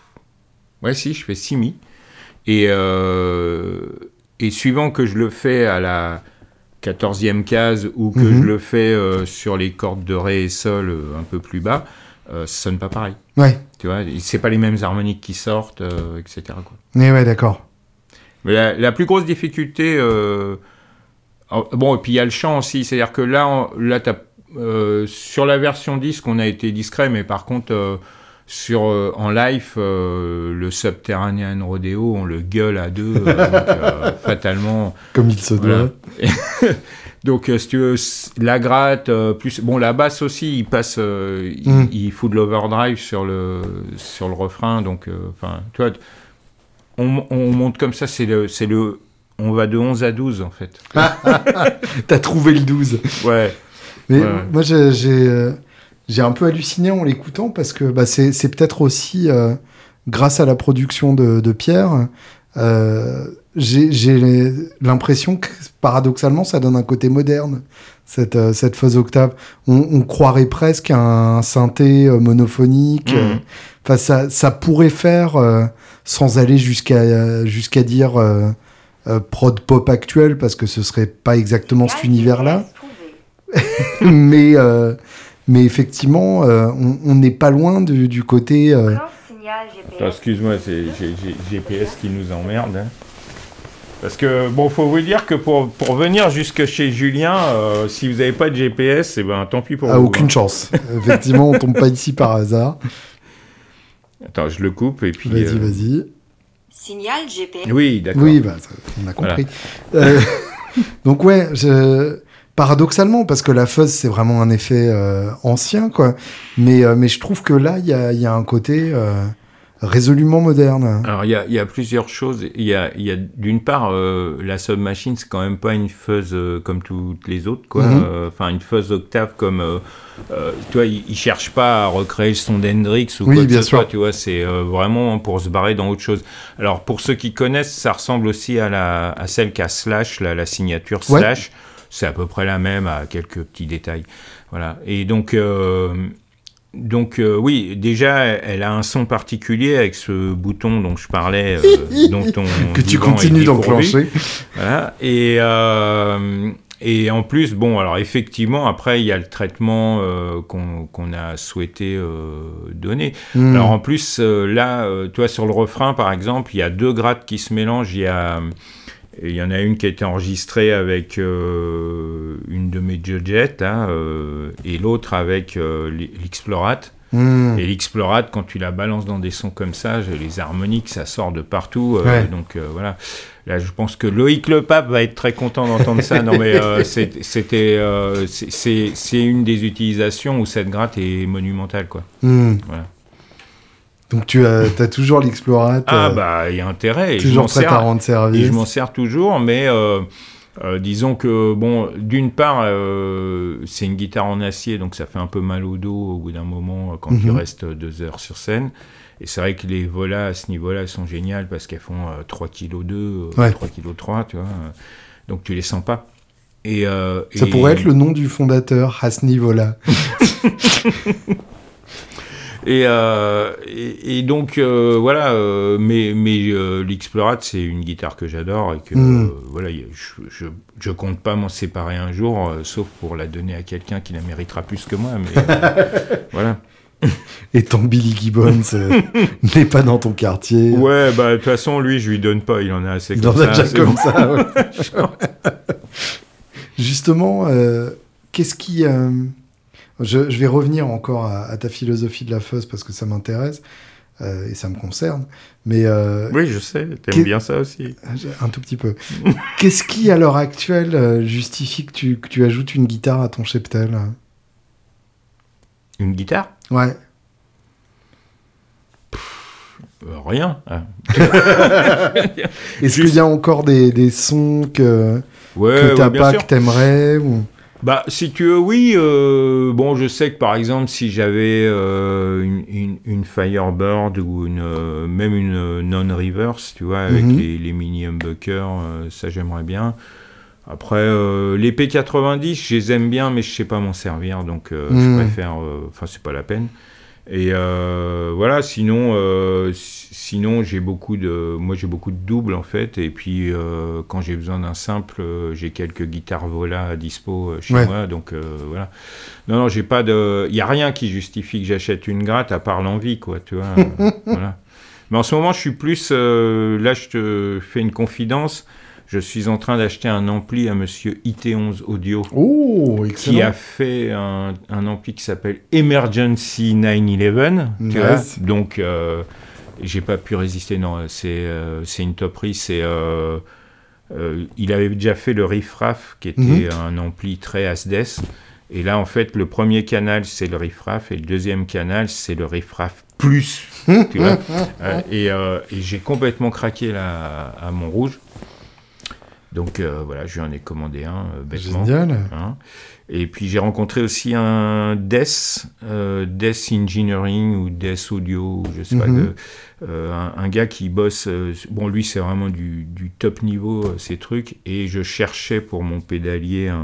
ouais si, je fais si mi, et, euh, et suivant que je le fais à la quatorzième case ou que mm-hmm. je le fais euh, sur les cordes de ré et sol euh, un peu plus bas, euh, ça sonne pas pareil. Ouais. Tu vois, c'est pas les mêmes harmoniques qui sortent, euh, et cetera quoi. Mais ouais, d'accord. Mais la, la plus grosse difficulté, euh, bon, et puis il y a le chant aussi, c'est-à-dire que là, on, là t'as Euh, sur la version disque, on a été discret, mais par contre, euh, sur, euh, en live, euh, le Subterranean Rodeo, on le gueule à deux, euh, donc, euh, fatalement. Comme il se voilà. doit. Donc, euh, si tu veux, la gratte, euh, plus. Bon, la basse aussi, il passe. Euh, mm. il, il fout de l'overdrive sur le, sur le refrain, donc, enfin, euh, tu vois, on, on monte comme ça, c'est le. C'est le on va de onze à douze, en fait. T'as trouvé le douze. Ouais. Mais ouais. moi, j'ai, j'ai, euh, j'ai un peu halluciné en l'écoutant parce que bah, c'est, c'est peut-être aussi euh, grâce à la production de, de Pierre, euh, j'ai, j'ai l'impression que paradoxalement, ça donne un côté moderne, cette, euh, cette fausse octave. On, on croirait presque à un synthé euh, monophonique. Enfin, mmh. euh, ça, ça pourrait faire, euh, sans aller jusqu'à, euh, jusqu'à dire euh, euh, prod pop actuel, parce que ce serait pas exactement cet univers-là. mais, euh, mais effectivement, euh, on n'est pas loin du, du côté... Euh... Attends, excuse-moi, c'est j'ai, j'ai, G P S qui nous emmerde. Hein. Parce que, bon, faut vous dire que pour, pour venir jusque chez Julien, euh, si vous n'avez pas de G P S, eh ben, tant pis pour ah, vous. Aucune hein. chance. Effectivement, on tombe pas ici par hasard. Attends, je le coupe et puis... Vas-y, euh... vas-y. Signal G P S. Oui, d'accord. Oui, bah, ça, on a compris. Voilà. Euh, donc, ouais, je... Paradoxalement, parce que la fuzz, c'est vraiment un effet euh, ancien, quoi. Mais, euh, mais je trouve que là, il y a, y a un côté euh, résolument moderne. Alors, il y a, y a plusieurs choses. Il y a, y a, d'une part, euh, la Submachine, c'est quand même pas une fuzz euh, comme toutes les autres, quoi. Mm-hmm. Euh, enfin, une fuzz octave comme... Euh, euh, tu vois, ils il cherchent pas à recréer le son d'Hendrix ou oui, quoi bien que ce sûr. soit, tu vois. C'est euh, vraiment pour se barrer dans autre chose. Alors, pour ceux qui connaissent, ça ressemble aussi à, la, à celle qu'a Slash, la, la signature Slash. Ouais. C'est à peu près la même, à quelques petits détails. Voilà. Et donc, euh, donc euh, oui, déjà, elle a un son particulier avec ce bouton dont je parlais, euh, dont on que tu continues d'enclencher. Voilà. Et, euh, et en plus, bon, alors effectivement, après, il y a le traitement euh, qu'on, qu'on a souhaité euh, donner. Mmh. Alors en plus, euh, là, euh, toi, sur le refrain, par exemple, il y a deux grattes qui se mélangent. Il y a... Il y en a une qui a été enregistrée avec euh, une de mes judgettes, hein, euh, et l'autre avec euh, l'Explorate. Mmh. Et l'Explorate, quand tu la balances dans des sons comme ça, les harmoniques, ça sort de partout. Euh, ouais. Donc euh, voilà. Là, je pense que Loïc Le Pape va être très content d'entendre ça. Non, mais euh, c'est, c'était, euh, c'est, c'est, c'est une des utilisations où cette gratte est monumentale, quoi. Mmh. Voilà. Donc tu as, as toujours l'Explorate. Ah euh, bah il y a intérêt. Et toujours prêt à rendre service. Et je m'en sers toujours, mais euh, euh, disons que bon, d'une part, euh, c'est une guitare en acier, donc ça fait un peu mal au dos au bout d'un moment quand mm-hmm. tu restes deux heures sur scène. Et c'est vrai que les volas à ce niveau-là sont géniales parce qu'elles font euh, trois virgule deux kilos, euh, ouais. trois virgule trois kilos, tu vois. Donc tu les sens pas. Et, euh, ça et... pourrait être le nom du fondateur, à ce niveau-là. Et, euh, et, et donc, euh, voilà, euh, mais, mais euh, l'Explorate, c'est une guitare que j'adore et que, mm. euh, voilà, je, je, je compte pas m'en séparer un jour, euh, sauf pour la donner à quelqu'un qui la méritera plus que moi, mais euh, voilà. Et ton Billy Gibbons euh, n'est pas dans ton quartier. Ouais, bah, de toute façon, lui, je lui donne pas, il en a assez il comme en ça. Il en a déjà comme bon. ça, ouais. Justement, euh, qu'est-ce qui... Euh... Je, je vais revenir encore à, à ta philosophie de la fuzz parce que ça m'intéresse. euh, et ça me concerne. Mais euh, oui, je sais, t'aimes qu'est- bien ça aussi. un tout petit peu. Qu'est-ce qui, à l'heure actuelle, euh, justifie que tu, que tu ajoutes une guitare à ton cheptel? Une guitare? Ouais. Euh, rien. Ah. Est-ce Juste- qu'il y a encore des, des sons que, Ouais, que t'as ouais, bien pas, sûr. que t'aimerais ou... Bah, si tu veux, oui. euh, bon, je sais que par exemple, si j'avais euh, une, une, une Firebird ou une, euh, même une non-reverse, tu vois, avec Mhm. les, les mini humbuckers, euh, ça j'aimerais bien. Après, euh, les P quatre-vingt-dix, je les aime bien, mais je sais pas m'en servir, donc euh, Mhm. je préfère. Enfin, c'est pas la peine. Et euh, voilà, sinon, euh, si- sinon j'ai beaucoup de, moi j'ai beaucoup de doubles en fait, et puis euh, quand j'ai besoin d'un simple, euh, j'ai quelques guitares Vola à dispo euh, chez Ouais. moi, donc euh, voilà. Non, non, j'ai pas de, il y a rien qui justifie que j'achète une gratte à part l'envie, quoi, tu vois. euh, voilà. Mais en ce moment, je suis plus, euh, là, je te fais une confidence. Je suis en train d'acheter un ampli à monsieur I T onze Audio, Oh, excellent. qui a fait un, un ampli qui s'appelle Emergency neuf onze, tu Nice. vois. Donc, euh, j'ai pas pu résister. Non, c'est euh, c'est une toperie. C'est euh, euh, il avait déjà fait le Riff-Raff, qui était Mhm. un ampli très Asdes. Et là, en fait, le premier canal, c'est le Riff-Raff, et le deuxième canal, c'est le Riff-Raff plus, tu vois. Euh, et euh, et j'ai complètement craqué là à, à Montrouge. Donc euh, voilà, je lui en ai commandé un euh, bêtement. Génial. Hein. Et puis j'ai rencontré aussi un D E S, euh, D E S Engineering ou D E S Audio, je sais pas, Mhm. de, euh, un, un gars qui bosse. Euh, bon, lui c'est vraiment du, du top niveau euh, ces trucs. Et je cherchais pour mon pédalier un,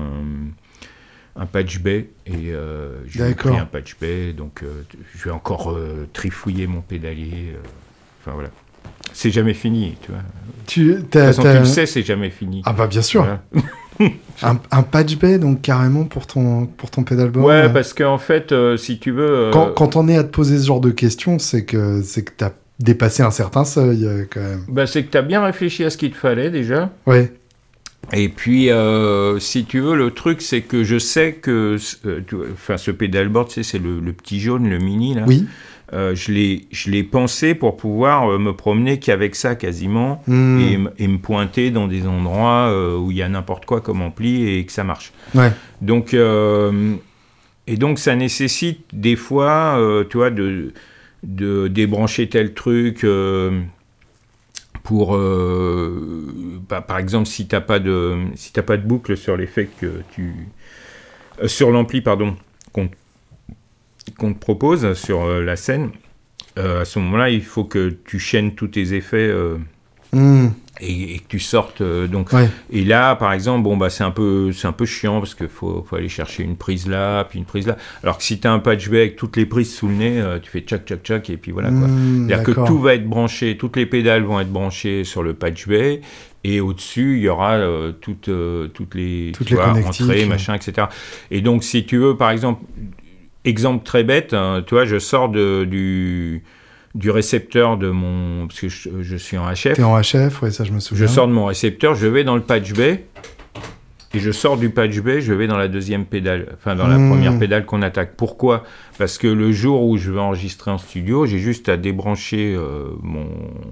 un patch bay et euh, j'ai D'accord. pris un patch bay. Donc euh, je vais encore euh, trifouiller mon pédalier. euh, Enfin voilà, c'est jamais fini, tu vois. Tu, De t'as, toute façon, t'as- tu le sais, c'est jamais fini. Ah bah bien sûr. Voilà. Un, un patch bay, donc carrément pour ton, pour ton pédalboard. Ouais, parce qu'en fait, euh, si tu veux... euh, Quand, quand on est à te poser ce genre de questions, c'est que, c'est que t'as dépassé un certain seuil, euh, quand même. bah, c'est que tu as bien réfléchi à ce qu'il te fallait déjà. Ouais. Et puis, euh, si tu veux, le truc, c'est que je sais que... euh, tu vois, enfin, ce pédalboard, tu sais, c'est le, le petit jaune, le mini, là. Oui. Euh, je l'ai je l'ai pensé pour pouvoir euh, me promener qu'avec ça, quasiment, Hmm. et, m- et me pointer dans des endroits euh, où il y a n'importe quoi comme ampli et que ça marche. Ouais. Donc, euh, et donc, ça nécessite des fois, euh, tu vois, de, de débrancher tel truc euh, pour, euh, bah, par exemple, si t'as pas de, si t'as pas de boucle sur l'effet que tu, euh, sur l'ampli, pardon, qu'on, qu'on te propose sur euh, la scène, euh, à ce moment-là, il faut que tu chaînes tous tes effets. Euh, Hmm. et, et que tu sortes euh, donc Ouais. et là par exemple bon bah c'est un peu c'est un peu chiant parce que faut, faut aller chercher une prise là puis une prise là, alors que si tu as un patch bay avec toutes les prises sous le nez, euh, tu fais tchac tchac tchac et puis voilà quoi. Hmm, C'est-à-dire que d'accord. tout va être branché, toutes les pédales vont être branchées sur le patch bay et au-dessus il y aura euh, toutes euh, toutes les, Toutes tu les vois, connectiques. entrées machin etc. Et donc si tu veux par exemple, exemple très bête, hein, tu vois, je sors de, du du récepteur de mon... Parce que je, je suis en H F. T'es en H F, ouais, ça je me souviens. Je sors de mon récepteur, je vais dans le patch bay, et je sors du patch bay, je vais dans la deuxième pédale, enfin dans la Mmh. première pédale qu'on attaque. Pourquoi ? Parce que le jour où je vais enregistrer en studio, j'ai juste à débrancher euh, mon,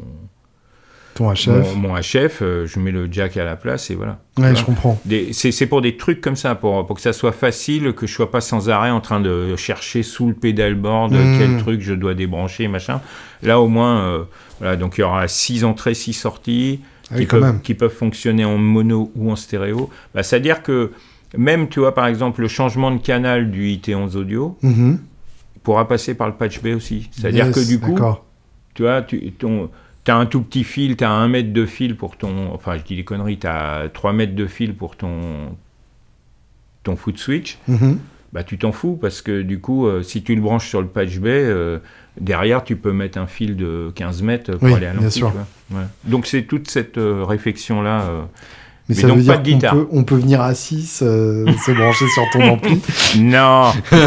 Ton H mon, F. mon H F, euh, je mets le jack à la place, et voilà. Tu Ouais, vois ? je comprends. Des- c'est, c'est pour des trucs comme ça, pour, pour que ça soit facile, que je sois pas sans arrêt en train de chercher sous le pédalboard Mmh. quel truc je dois débrancher, machin. Là, au moins, euh, voilà, donc il y aura six entrées, six sorties, Ah oui, qui, quand peuvent, même. qui peuvent fonctionner en mono ou en stéréo. Bah, c'est-à-dire que même, tu vois, par exemple, le changement de canal du I T onze Audio Mhm. pourra passer par le patch bay aussi. C'est-à-dire Yes, que du coup, d'accord. tu vois, tu ton, as un tout petit fil, tu as un mètre de fil pour ton... Enfin, je dis des conneries, tu as trois mètres de fil pour ton, ton foot switch. Mhm. Bah, tu t'en fous parce que du coup, euh, si tu le branches sur le patch bay, euh, derrière, tu peux mettre un fil de quinze mètres pour Oui, aller à bien l'ampli. sûr. Tu vois. Ouais. Donc, c'est toute cette euh, réflexion-là. euh. Mais, Mais ça donc, veut pas dire de qu'on guitare. peut, on peut venir à six, euh, se brancher sur ton ampli. Non.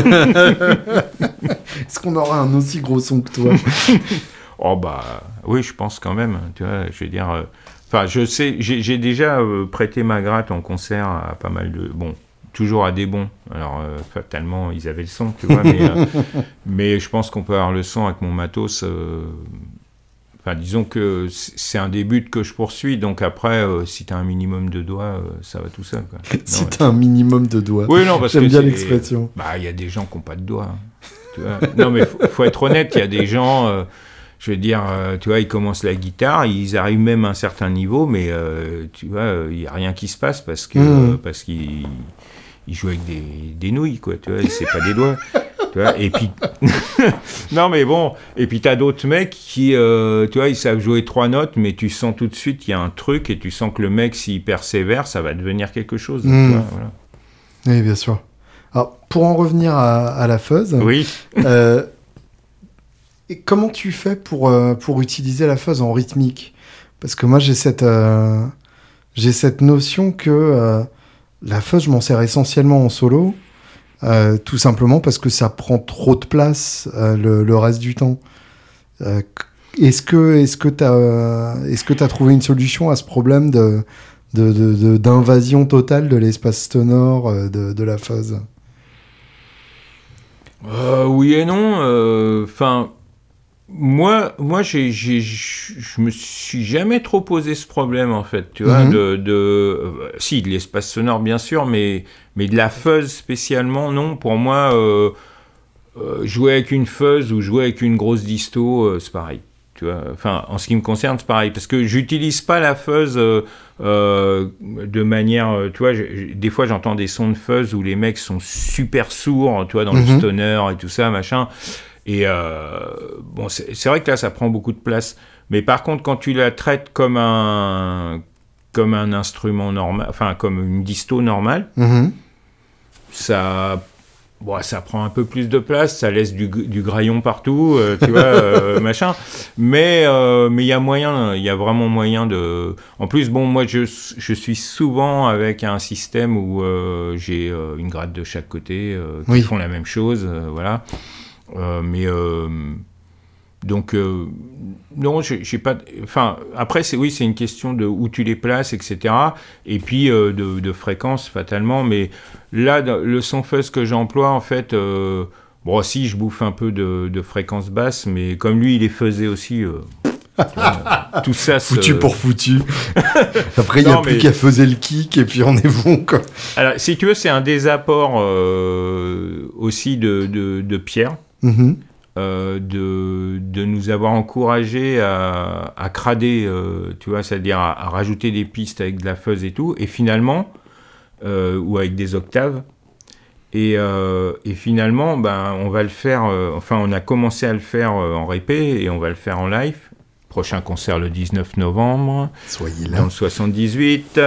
Est-ce qu'on aura un aussi gros son que toi? Oh bah oui, je pense quand même. Tu vois, je veux dire. Enfin, euh, je sais, j'ai, j'ai déjà euh, prêté ma gratte en concert à pas mal de. Bon, toujours à des bons. Alors, euh, fatalement, ils avaient le son, tu vois, mais, euh, mais je pense qu'on peut avoir le son avec mon matos. Euh, Enfin, disons que c'est un début que je poursuis, donc après, euh, si tu as un minimum de doigts, euh, ça va tout seul. Quoi. si non, tu as un minimum de doigts. Oui, non, parce J'aime que bien c'est... l'expression. Bah, il y a des gens qui n'ont pas de doigts. Hein, tu vois. Non, mais il faut, faut être honnête, il y a des gens, euh, je veux dire, euh, tu vois, ils commencent la guitare, ils arrivent même à un certain niveau, mais euh, tu vois, il n'y a rien qui se passe parce que mmh. euh, parce qu'ils ils jouent avec des, des nouilles, quoi, tu vois, c'est pas des doigts. Tu vois, et puis non mais bon, et puis t'as d'autres mecs qui euh, tu vois, ils savent jouer trois notes, mais tu sens tout de suite qu'il y a un truc et tu sens que le mec, s'il persévère, ça va devenir quelque chose. Mmh. Tu vois, voilà. Oui, bien sûr. Alors pour en revenir à, à la fuzz, oui. euh, et comment tu fais pour euh, pour utiliser la fuzz en rythmique? Parce que moi j'ai cette euh, j'ai cette notion que euh, la fuzz, je m'en sers essentiellement en solo. Euh, tout simplement parce que ça prend trop de place euh, le, le reste du temps. Euh, est-ce que est-ce que t'as euh, est-ce que t'as trouvé une solution à ce problème de, de, de, de d'invasion totale de l'espace sonore euh, de, de la fuzz? euh, Oui et non. Enfin, euh, moi, moi, j'ai, j'ai, je me suis jamais trop posé ce problème en fait. Tu vois, mm-hmm. de, de euh, si de l'espace sonore bien sûr, mais mais de la fuzz spécialement non. Pour moi, euh, euh, jouer avec une fuzz ou jouer avec une grosse disto, euh, c'est pareil. Tu vois, enfin, en ce qui me concerne, c'est pareil parce que j'utilise pas la fuzz euh, euh, de manière, tu vois, j'ai, des fois j'entends des sons de fuzz où les mecs sont super sourds, tu vois, dans mm-hmm. le stoner et tout ça, machin. Et euh, bon, c'est, c'est vrai que là, ça prend beaucoup de place. Mais par contre, quand tu la traites comme un, comme un instrument normal, enfin, comme une disto normale, mm-hmm. ça, bon, ça prend un peu plus de place, ça laisse du, du graillon partout, euh, tu vois, euh, machin. Mais euh, mais il y a moyen, il y a vraiment moyen de... En plus, bon, moi, je, je suis souvent avec un système où euh, j'ai euh, une gratte de chaque côté euh, qui oui. font la même chose, euh, voilà. Euh, mais euh, donc euh, non, j'ai, j'ai pas. Enfin, après c'est oui, c'est une question de où tu les places, et cetera. Et puis euh, de, de fréquence fatalement. Mais là, le son fuzz que j'emploie, en fait, euh, bon, si je bouffe un peu de, de fréquence basse, mais comme lui, il est fuzzé aussi. Euh, vois, tout ça, foutu se... pour foutu. Après, il n'y a plus mais... qu'à faiser le kick et puis on est bon, quoi. Alors, si tu veux, c'est un des apports euh, aussi de, de, de Pierre. Mmh. Euh, de, de nous avoir encouragés à, à crader, euh, tu vois, c'est-à-dire à, à rajouter des pistes avec de la fuzz et tout, et finalement, euh, ou avec des octaves, et, euh, et finalement, ben, on va le faire, euh, enfin, on a commencé à le faire euh, en répé, et on va le faire en live. Prochain concert le dix-neuf novembre. Soyez là. Dans le soixante-dix-huit,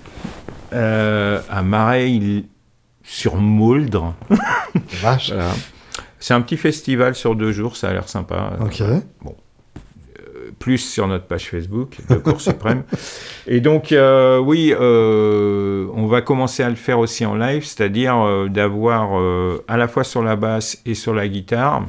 euh, à Mareil, sur Mauldre. Vache. Voilà. C'est un petit festival sur deux jours, ça a l'air sympa. Ok. Euh, bon, euh, plus sur notre page Facebook, de Cour suprême. Et donc, euh, oui, euh, on va commencer à le faire aussi en live, c'est-à-dire euh, d'avoir euh, à la fois sur la basse et sur la guitare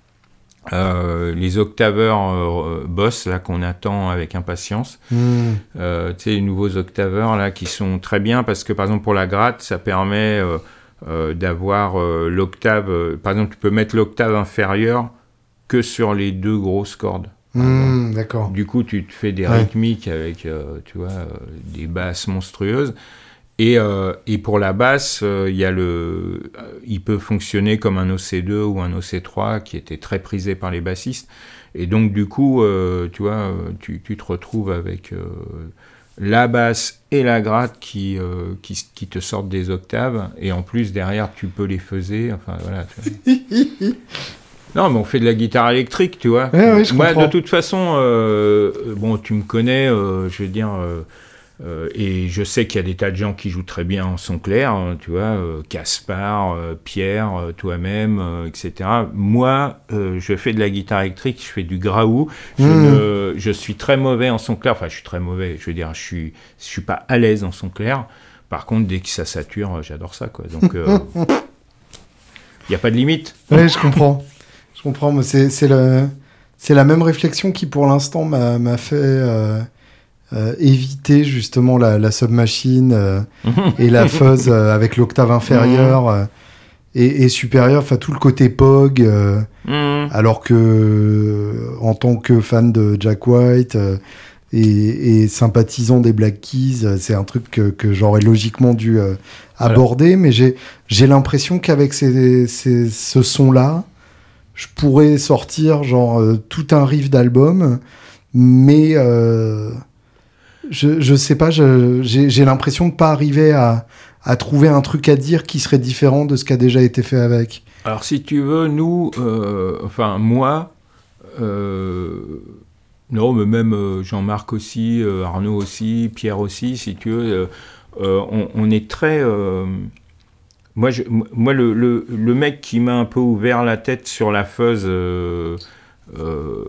euh, les octaveurs euh, Boss là qu'on attend avec impatience. Mmh. Euh, tu sais, les nouveaux octaveurs là qui sont très bien parce que par exemple pour la gratte, ça permet euh, Euh, d'avoir euh, l'octave, euh, par exemple tu peux mettre l'octave inférieure que sur les deux grosses cordes. Mmh, d'accord. Du coup tu te fais des ouais. rythmiques avec euh, tu vois, euh, des basses monstrueuses et, euh, et pour la basse il euh, y a le, euh, il peut fonctionner comme un O C deux ou un O C trois qui était très prisé par les bassistes et donc du coup euh, tu vois tu, tu te retrouves avec euh, la basse et la gratte qui, euh, qui, qui te sortent des octaves, et en plus, derrière, tu peux les faiser, enfin, voilà. Non, mais on fait de la guitare électrique, tu vois. Ouais, ouais, je Moi, comprends. de toute façon, euh, bon, tu me connais, euh, je veux dire, euh, euh, et je sais qu'il y a des tas de gens qui jouent très bien en son clair, hein, tu vois, Caspar, euh, euh, Pierre, euh, toi-même, euh, et cetera. Moi, euh, je fais de la guitare électrique, je fais du graou. Je, mmh. ne, je suis très mauvais en son clair. Enfin, je suis très mauvais. Je veux dire, je suis, je suis pas à l'aise en son clair. Par contre, dès que ça sature, j'adore ça, quoi. Donc, il euh, n'y a pas de limite. Oui, je comprends. Je comprends. Mais c'est, c'est, le, c'est la même réflexion qui, pour l'instant, m'a, m'a fait... Euh... euh, éviter justement la, la submachine euh, et la fuzz euh, avec l'octave inférieure euh, et, et supérieure, enfin tout le côté P O G, euh, mm. alors que euh, en tant que fan de Jack White euh, et, et sympathisant des Black Keys, euh, c'est un truc que, que j'aurais logiquement dû euh, aborder, voilà. Mais j'ai, j'ai l'impression qu'avec ces, ces, ce son-là, je pourrais sortir genre euh, tout un riff d'album, mais euh, je, je sais pas, je, j'ai, j'ai l'impression de pas arriver à, à trouver un truc à dire qui serait différent de ce qui a déjà été fait avec. Alors si tu veux, nous, euh, enfin moi, euh, non, mais même euh, Jean-Marc aussi, euh, Arnaud aussi, Pierre aussi, si tu veux, euh, euh, on, on est très... Euh, moi, je, moi le, le, le mec qui m'a un peu ouvert la tête sur la fuzz... Euh, euh,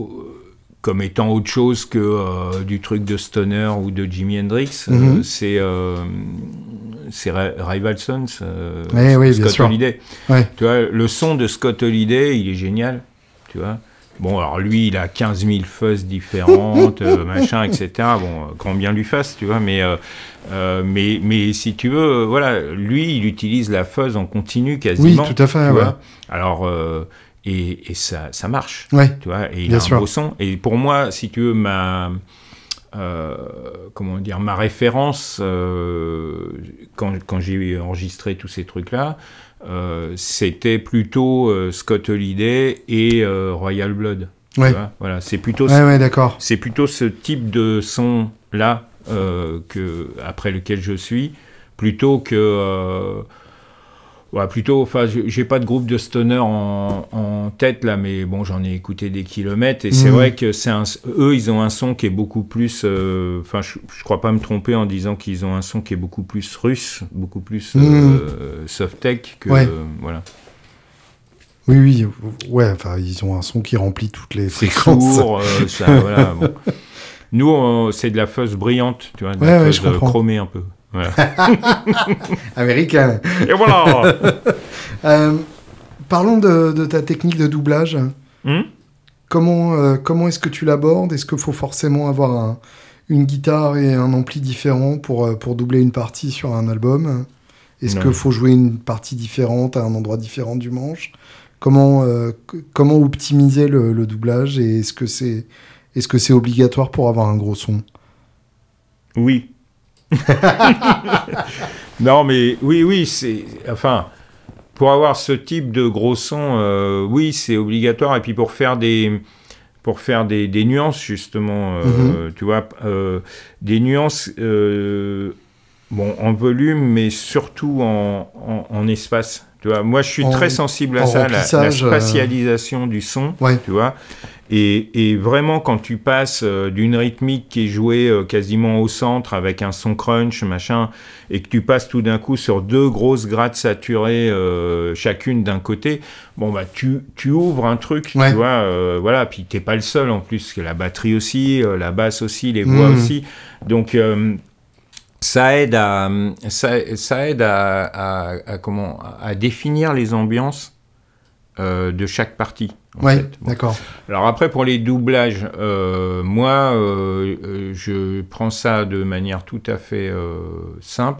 comme étant autre chose que euh, du truc de Stoner ou de Jimi Hendrix, mm-hmm. euh, c'est, euh, c'est Rival Sons, euh, ouais, oui, Scott Holiday. Ouais. Tu vois, le son de Scott Holiday, il est génial, tu vois. Bon, alors lui, il a quinze mille fuzz différentes, euh, machin, et cetera. Bon, grand bien lui fasse, tu vois, mais, euh, euh, mais, mais si tu veux, voilà, lui, il utilise la fuzz en continu quasiment. Oui, tout à fait, tu ouais. vois. Alors... Euh, Et, et ça, ça marche, ouais, tu vois, et il bien a un sûr. beau son. Et pour moi, si tu veux, ma, euh, comment dire, ma référence, euh, quand, quand j'ai enregistré tous ces trucs-là, euh, c'était plutôt euh, Scott Holiday et euh, Royal Blood. Ouais. Tu vois, voilà, c'est plutôt, ouais, ce, ouais, d'accord. c'est plutôt ce type de son-là euh, que, après lequel je suis, plutôt que... Euh, Ouais, plutôt, enfin, j'ai pas de groupe de stoner en, en tête là, mais bon, j'en ai écouté des kilomètres et mmh. c'est vrai que c'est un, eux, ils ont un son qui est beaucoup plus, enfin, euh, je, je crois pas me tromper en disant qu'ils ont un son qui est beaucoup plus russe, beaucoup plus mmh. euh, soft tech que, ouais. euh, voilà. Oui, oui, ouais, enfin, ils ont un son qui remplit toutes les c'est fréquences. Sourd, euh, ça, voilà. Bon. Nous, on, c'est de la fuzz brillante, tu vois, de ouais, la ouais, fuzz chromée un peu. Voilà. Américain. Et voilà. euh, parlons de, de ta technique de doublage. Hmm? Comment, euh, comment est-ce que tu l'abordes ? Est-ce qu'il faut forcément avoir un, une guitare et un ampli différent pour, pour doubler une partie sur un album ? Est-ce qu'il faut jouer une partie différente à un endroit différent du manche ? Comment, euh, comment optimiser le, le doublage et est-ce que c'est, est-ce que c'est obligatoire pour avoir un gros son ? Oui. Non, mais oui, oui, c'est... Enfin, pour avoir ce type de gros son, euh, oui, c'est obligatoire. Et puis pour faire des... Pour faire des, des nuances, justement, euh, mm-hmm. tu vois, euh, des nuances, euh, bon, en volume, mais surtout en, en, en espace. Tu vois, moi, je suis en, très sensible à ça, la, la spatialisation euh... du son, ouais. tu vois. Et, et vraiment, quand tu passes euh, d'une rythmique qui est jouée euh, quasiment au centre avec un son crunch, machin, et que tu passes tout d'un coup sur deux grosses grattes saturées, euh, chacune d'un côté, bon, bah, tu, tu ouvres un truc, ouais. tu vois, euh, voilà, puis t'es pas le seul en plus, que la batterie aussi, euh, la basse aussi, les voix mmh. aussi. Donc, euh, ça aide à, ça, ça aide à, à, à, comment, à définir les ambiances euh, de chaque partie. Oui, bon. d'accord. Alors après, pour les doublages, euh, moi, euh, euh, je prends ça de manière tout à fait euh, simple.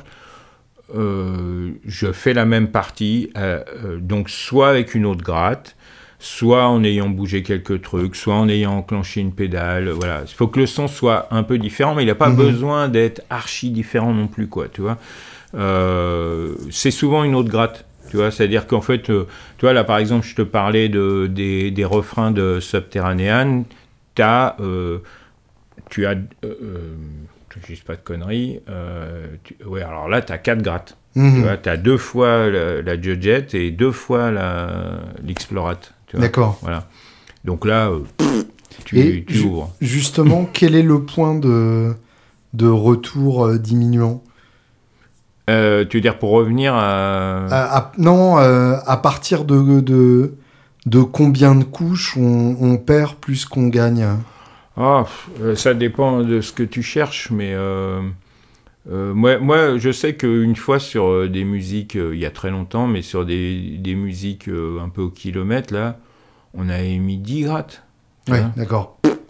Euh, je fais la même partie, euh, euh, donc soit avec une autre gratte, soit en ayant bougé quelques trucs, soit en ayant enclenché une pédale. Voilà, il faut que le son soit un peu différent, mais il n'a pas mmh. besoin d'être archi différent non plus, quoi. Tu vois, euh, c'est souvent une autre gratte. Tu vois, c'est-à-dire qu'en fait, euh, tu vois, là, par exemple, je te parlais de, des, des refrains de Subterranean. T'as, euh, tu as, euh, euh, je dis pas de conneries, euh, tu, ouais, alors là, tu as quatre grattes. Mm-hmm. Tu vois, tu as deux fois la, la Judgette et deux fois la, l'Explorate. Tu vois, d'accord. Voilà. Donc là, euh, pff, tu, et tu ju- ouvres. Justement, quel est le point de, de retour euh, diminuant ? Euh, tu veux dire pour revenir à... à, à non, euh, à partir de, de, de combien de couches on, on perd plus qu'on gagne ? Ah, ça dépend de ce que tu cherches, mais euh, euh, moi, moi, je sais qu'une fois sur des musiques, euh, il y a très longtemps, mais sur des, des musiques euh, un peu au kilomètre, là, on avait mis dix grattes. Oui, d'accord.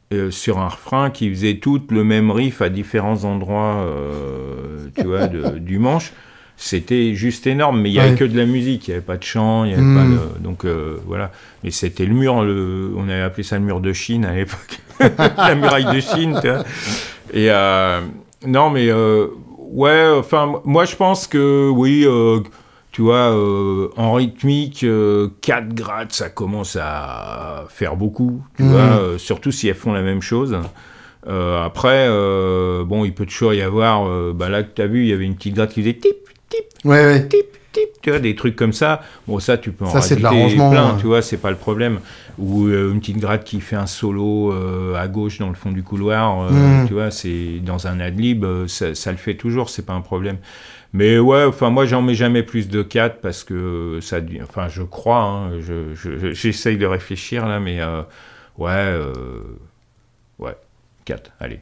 euh, sur un refrain qui faisait tout le même riff à différents endroits, euh, tu vois, de, du manche. C'était juste énorme, mais il n'y avait ouais. que de la musique, il n'y avait pas de chant, il n'y avait mmh. pas de... Donc euh, voilà, mais c'était le mur, le... on avait appelé ça le mur de Chine à l'époque, la muraille de Chine, tu vois. Et euh... non, mais euh... ouais, enfin, moi je pense que oui, euh, tu vois, euh, en rythmique, euh, quatre grattes, ça commence à faire beaucoup, tu mmh. vois, euh, surtout si elles font la même chose. Euh, après, euh, bon, il peut toujours y avoir, euh, bah là que tu as vu, il y avait une petite gratte qui faisait tip, tip, ouais, ouais. tip, tip, tu vois, des trucs comme ça. Bon, ça, tu peux en ça, rajouter c'est de l'arrangement, plein, ouais. tu vois, c'est pas le problème. Ou euh, une petite gratte qui fait un solo euh, à gauche dans le fond du couloir, euh, mmh. tu vois, c'est dans un ad-lib, euh, ça, ça le fait toujours, c'est pas un problème. Mais ouais, enfin, moi, j'en mets jamais plus de quatre parce que ça, enfin, je crois, hein, je, je, j'essaye de réfléchir là, mais euh, ouais, euh, ouais. quatre, allez.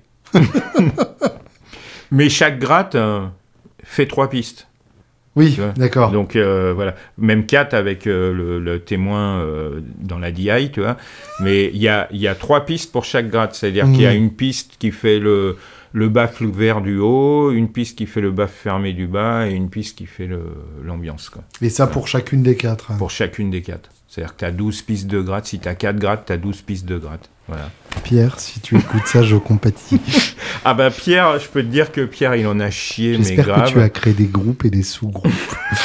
Mais chaque gratte euh, fait trois pistes. Oui, d'accord. Donc euh, voilà, même quatre avec euh, le, le témoin euh, dans la D I, tu vois. Mais il y a, y a trois pistes pour chaque gratte. C'est-à-dire mmh. qu'il y a une piste qui fait le, le baffle ouvert du haut, une piste qui fait le baffle fermé du bas et une piste qui fait le, l'ambiance, quoi. Et ça pour chacune des quatre. Hein. Pour chacune des quatre. C'est-à-dire que tu as douze pistes de gratte. Si tu as quatre grattes, tu as douze pistes de gratte. Voilà. Pierre, si tu écoutes ça, je compatis. Ah bah Pierre, je peux te dire que Pierre, il en a chié, J'espère mais grave. J'espère que tu as créé des groupes et des sous-groupes.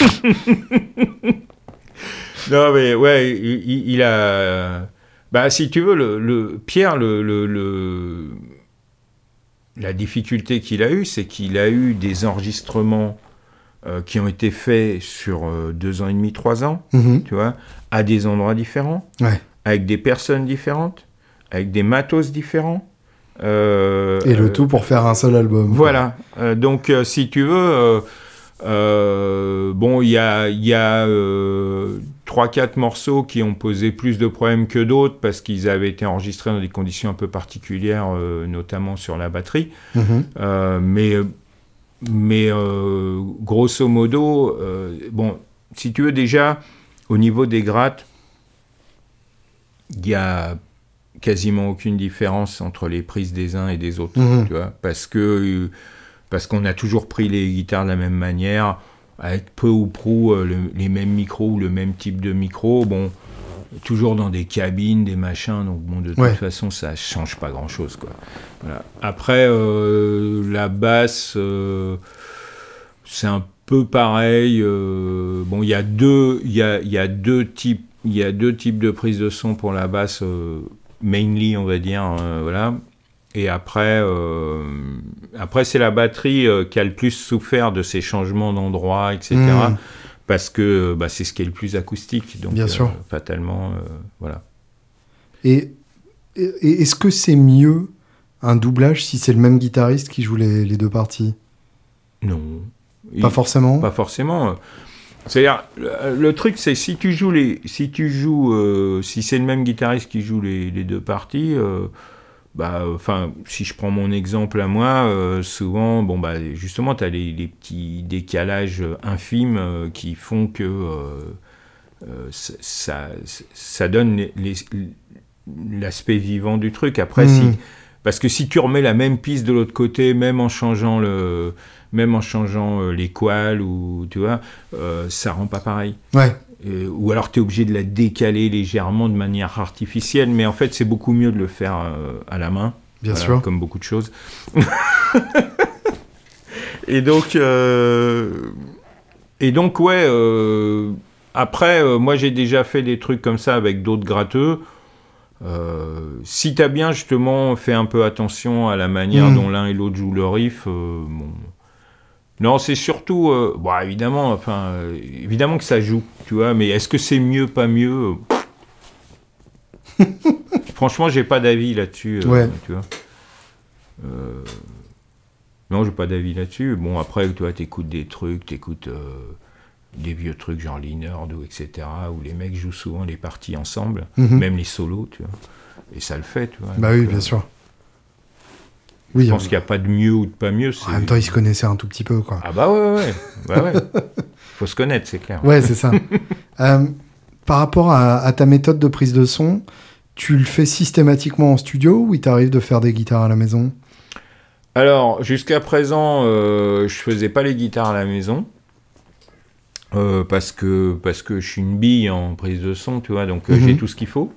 Non mais ouais, il, il a... Bah si tu veux, le, le... Pierre, le, le, le... la difficulté qu'il a eue, c'est qu'il a eu des enregistrements euh, qui ont été faits sur euh, deux ans et demi, trois ans, mm-hmm. tu vois, à des endroits différents, ouais. avec des personnes différentes, avec des matos différents. Euh, et le euh, tout pour faire un seul album. Voilà. Euh, donc, euh, si tu veux, euh, euh, bon, il y a, y a euh, trois quatre morceaux qui ont posé plus de problèmes que d'autres parce qu'ils avaient été enregistrés dans des conditions un peu particulières, euh, notamment sur la batterie. Mm-hmm. Euh, mais, mais euh, grosso modo, euh, bon, si tu veux déjà, au niveau des grattes, il y a quasiment aucune différence entre les prises des uns et des autres, mmh. tu vois, parce que parce qu'on a toujours pris les guitares de la même manière, avec peu ou prou euh, le, les mêmes micros ou le même type de micro, bon, toujours dans des cabines, des machins, donc bon, de toute ouais. façon, ça change pas grand-chose, quoi. Voilà. Après, euh, la basse, euh, c'est un peu pareil. Euh, bon, il y a deux, il y a, il y a deux types, il y a deux types de prises de son pour la basse. Euh, mainly, on va dire, euh, voilà. Et après, euh, après c'est la batterie euh, qui a le plus souffert de ces changements d'endroit, et cetera. Mmh. Parce que bah, c'est ce qui est le plus acoustique, donc bien euh, sûr. fatalement, euh, voilà. Et, et est-ce que c'est mieux un doublage si c'est le même guitariste qui joue les, les deux parties ? Non. Pas Il, forcément. Pas forcément. C'est-à-dire, le, le truc, c'est si tu joues les, si tu joues, euh, si c'est le même guitariste qui joue les, les deux parties, euh, bah, enfin, si je prends mon exemple à moi, euh, souvent, bon, bah, justement, t'as les, les petits décalages infimes euh, qui font que euh, euh, ça, ça donne les, les, l'aspect vivant du truc. Après, mmh. si, parce que si tu remets la même piste de l'autre côté, même en changeant le même en changeant euh, les coils, ou, tu vois, euh, ça rend pas pareil. Ouais. Euh, ou alors tu es obligé de la décaler légèrement de manière artificielle, mais en fait, c'est beaucoup mieux de le faire euh, à la main. Bien voilà, sûr. Comme beaucoup de choses. et donc, euh, et donc, ouais, euh, après, euh, moi, j'ai déjà fait des trucs comme ça avec d'autres gratteux. Euh, si t'as bien, justement, fait un peu attention à la manière mmh. dont l'un et l'autre jouent le riff, euh, bon... Non, c'est surtout, euh, bon, évidemment, enfin, euh, évidemment que ça joue, tu vois, mais est-ce que c'est mieux, pas mieux ? Franchement, j'ai pas d'avis là-dessus, euh, ouais. tu vois. Euh, non, j'ai pas d'avis là-dessus. Bon, après, tu vois, t'écoutes des trucs, t'écoutes euh, des vieux trucs genre Leonard ou et cetera, où les mecs jouent souvent les parties ensemble, mm-hmm. même les solos, tu vois. Et ça le fait, tu vois. Bah donc, oui, bien euh, sûr. Oui, je pense on... qu'il n'y a pas de mieux ou de pas mieux. C'est... En même temps, ils se connaissaient un tout petit peu, quoi. Ah bah ouais, ouais, bah ouais. Faut se connaître, c'est clair. Ouais, c'est ça. euh, par rapport à, à ta méthode de prise de son, tu le fais systématiquement en studio ou il t'arrive de faire des guitares à la maison ? Alors, jusqu'à présent, euh, je faisais pas les guitares à la maison. Euh, parce que, parce que je suis une bille en prise de son, tu vois, donc euh, mm-hmm. j'ai tout ce qu'il faut.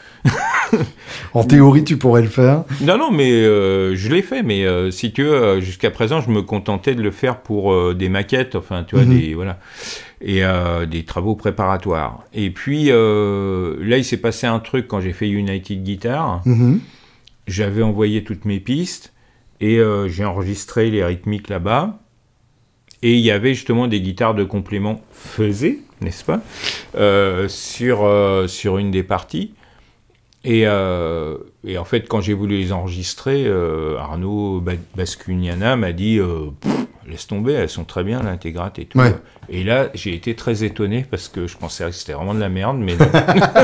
En théorie, tu pourrais le faire. Non, non, mais euh, je l'ai fait, mais euh, si tu veux, euh, jusqu'à présent, je me contentais de le faire pour euh, des maquettes, enfin, tu vois, mm-hmm. des, voilà, et euh, des travaux préparatoires. Et puis, euh, là, il s'est passé un truc quand j'ai fait United Guitar. Mm-hmm. J'avais envoyé toutes mes pistes et euh, j'ai enregistré les rythmiques là-bas. Et il y avait justement des guitares de complément faisées, n'est-ce pas, euh, sur, euh, sur une des parties. Et, euh, et en fait, quand j'ai voulu les enregistrer, euh, Arnaud Bascugnana m'a dit euh, « Laisse tomber, elles sont très bien, l'intégrate et tout. Ouais. » Et là, j'ai été très étonné parce que je pensais que c'était vraiment de la merde, mais non.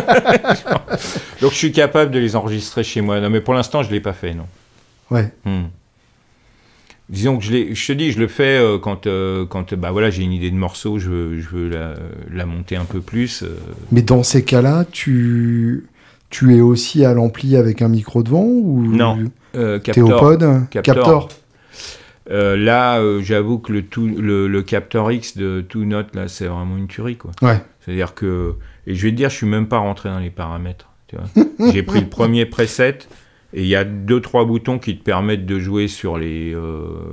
Donc, je suis capable de les enregistrer chez moi. Non, mais pour l'instant, je ne l'ai pas fait, non. Ouais. Hmm. Disons que je, l'ai, je te dis, je le fais euh, quand, euh, quand bah voilà, j'ai une idée de morceau, je veux, je veux la, la monter un peu plus. Euh. Mais dans ces cas-là, tu, tu es aussi à l'ampli avec un micro devant ou non, euh, Captor. T'es au pod Captor. Captor. Euh, là, euh, j'avoue que le, tout, le, le Captor X de Two Note, là, c'est vraiment une tuerie, quoi. Ouais. C'est-à-dire que, et je vais te dire, je suis même pas rentré dans les paramètres. Tu vois. J'ai pris le premier preset. Et il y a deux, trois boutons qui te permettent de jouer sur les, euh,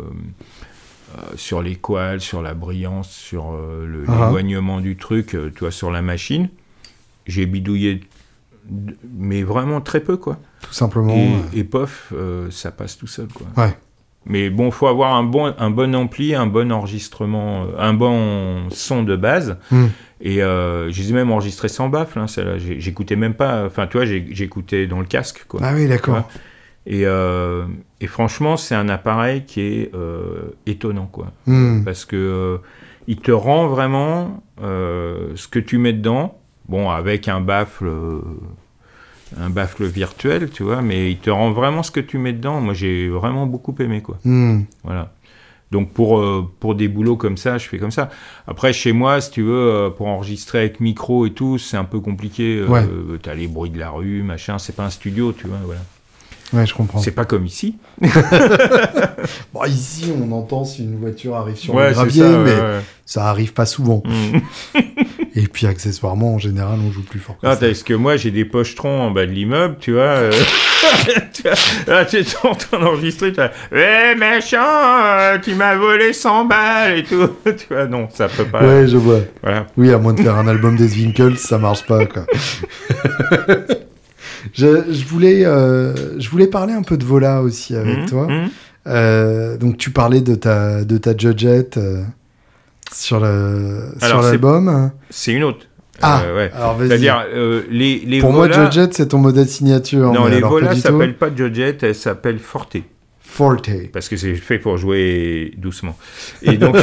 euh, sur les coils, sur la brillance, sur euh, le, uh-huh. l'éloignement du truc, euh, tu vois, sur la machine. J'ai bidouillé, mais vraiment très peu, quoi. Tout simplement. Et, ouais. et pof, euh, ça passe tout seul, quoi. Ouais. Mais bon, il faut avoir un bon, un bon ampli, un bon enregistrement, euh, un bon son de base. Mm. Et euh, je les ai même enregistrés sans baffle, hein, celle-là. J'ai, j'écoutais même pas... Enfin, tu vois, j'ai, j'écoutais dans le casque, quoi. Ah oui, d'accord. Et, euh, et franchement, c'est un appareil qui est euh, étonnant, quoi. Mm. Parce que euh, il te rend vraiment euh, ce que tu mets dedans. Bon, avec un baffle... Euh, un baffle virtuel, tu vois, mais il te rend vraiment ce que tu mets dedans. Moi, j'ai vraiment beaucoup aimé, quoi. Mm. Voilà. Donc, pour, euh, pour des boulots comme ça, je fais comme ça. Après, chez moi, si tu veux, euh, pour enregistrer avec micro et tout, c'est un peu compliqué. Ouais. Euh, t'as les bruits de la rue, machin. C'est pas un studio, tu vois, voilà. Ouais, je comprends. C'est pas comme ici. Bon, ici, on entend si une voiture arrive sur ouais, le gravier, ça, mais ouais, ouais. ça arrive pas souvent. Mm. Et puis, accessoirement, en général, on joue plus fort que ah, ça. Parce que moi, j'ai des pochetrons en bas de l'immeuble, tu vois. Euh... Là, tu es en train d'enregistrer, tu vois. Eh, méchant, euh, tu m'as volé cent balles et tout. Tu vois, non, ça peut pas. Ouais, je vois. Voilà. Oui, à moins de faire un album des Winkles, ça marche pas, quoi. je, je, voulais, euh, je voulais parler un peu de Vola aussi avec mmh, toi. Mmh. Euh, donc, tu parlais de ta, de ta Judgette euh, sur, le, Alors, sur l'album. C'est, c'est une autre. Ah, euh, ouais. alors vas-y. C'est-à-dire, euh, les, les Pour Vola... moi, Judgette, c'est ton modèle signature. Non, les alors, Vola ne s'appellent pas Judgette, elles s'appellent Forte. Forte. Parce que c'est fait pour jouer doucement. Et donc...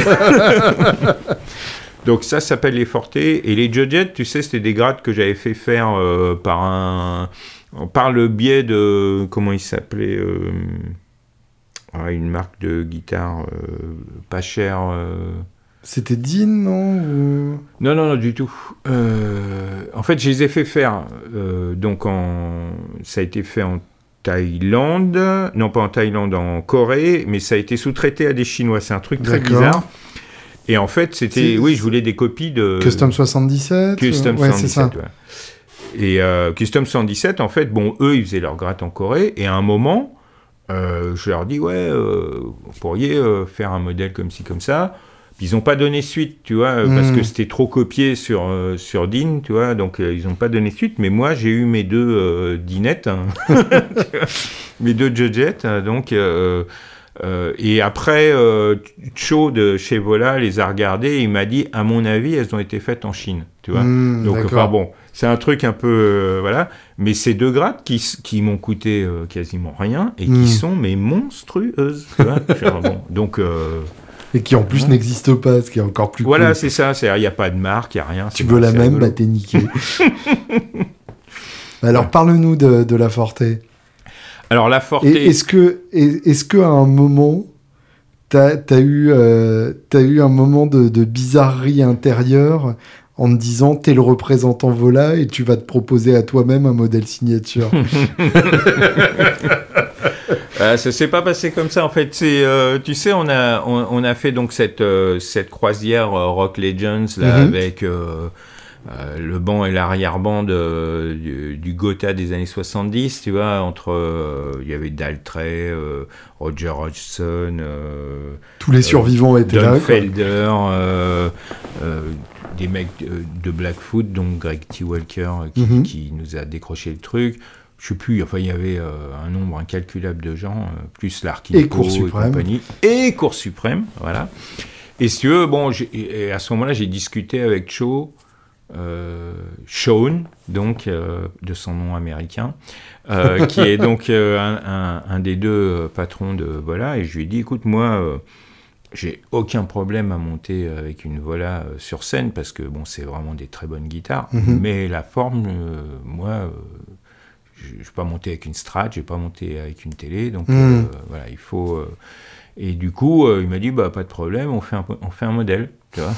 Donc ça s'appelle les Forte. Et les Judgette, tu sais, c'était des grades que j'avais fait faire euh, par un... par le biais de... Comment il s'appelait euh... ah, une marque de guitare euh, pas chère... Euh... C'était Dean, non ou... Non, non, non, du tout. Euh, en fait, je les ai fait faire. Euh, donc, en, ça a été fait en Thaïlande. Non, pas en Thaïlande, en Corée. Mais ça a été sous-traité à des Chinois. C'est un truc très D'accord. bizarre. Et en fait, c'était... C'est... Oui, je voulais des copies de... Custom soixante-dix-sept Custom ouais, soixante-dix-sept, c'est ça. Ouais. Et euh, Custom soixante-dix-sept, en fait, bon, eux, ils faisaient leur gratte en Corée. Et à un moment, euh, je leur dis, ouais, euh, vous pourriez euh, faire un modèle comme ci, comme ça. Ils n'ont pas donné suite, tu vois, mmh. parce que c'était trop copié sur, euh, sur Dean, tu vois, donc euh, ils n'ont pas donné suite. Mais moi, j'ai eu mes deux euh, Deanettes, hein, mes deux Judgette, hein, donc... Euh, euh, et après, euh, Cho de chez Vola les a regardées et il m'a dit, à mon avis, elles ont été faites en Chine, tu vois. Mmh, donc, d'accord. enfin bon, c'est un truc un peu... Euh, voilà. Mais ces deux grattes qui, qui m'ont coûté euh, quasiment rien et mmh. qui sont, mais monstrueuses, tu vois. Genre, bon, donc... Euh, Et qui en plus ouais. n'existe pas, ce qui est encore plus voilà, cool. c'est ça, il n'y a pas de marque, il n'y a rien. Tu veux la même, bah t'es niqué. Alors, ouais. parle-nous de, de la Forte. Alors, la Forte... Et est-ce que, est-ce qu'à un moment, t'as, t'as, eu, euh, t'as eu un moment de, de bizarrerie intérieure en te disant t'es le représentant Vola et tu vas te proposer à toi-même un modèle signature. euh, ça s'est pas passé comme ça en fait. C'est, euh, tu sais, on a on, on a fait donc cette euh, cette croisière euh, Rock Legends là mm-hmm. avec euh, euh, le banc et l'arrière-band euh, du, du Gotha des années soixante-dix, tu vois, entre il euh, y avait Daltrey, euh, Roger Hodgson, euh, tous les survivants euh, étaient Don là. Felder, euh, euh, des mecs de, de Blackfoot, donc Greg T. Walker qui, mm-hmm. qui nous a décroché le truc. Je sais plus, enfin il y avait euh, un nombre incalculable de gens, euh, plus Larkin et Cour suprême et compagnie, et Cour suprême, voilà. Et si tu veux, bon, et à ce moment-là, j'ai discuté avec Cho, euh, Sean, donc euh, de son nom américain, euh, qui est donc euh, un, un, un des deux euh, patrons de Vola, et je lui ai dit, écoute, moi, euh, j'ai aucun problème à monter avec une Vola euh, sur scène parce que bon, c'est vraiment des très bonnes guitares, mm-hmm. mais la forme, euh, moi. Euh, je ne vais pas monter avec une Strat, je ne vais pas monter avec une télé, donc mmh. euh, voilà, il faut... Euh... Et du coup, euh, il m'a dit, bah, pas de problème, on fait un, on fait un modèle, tu vois.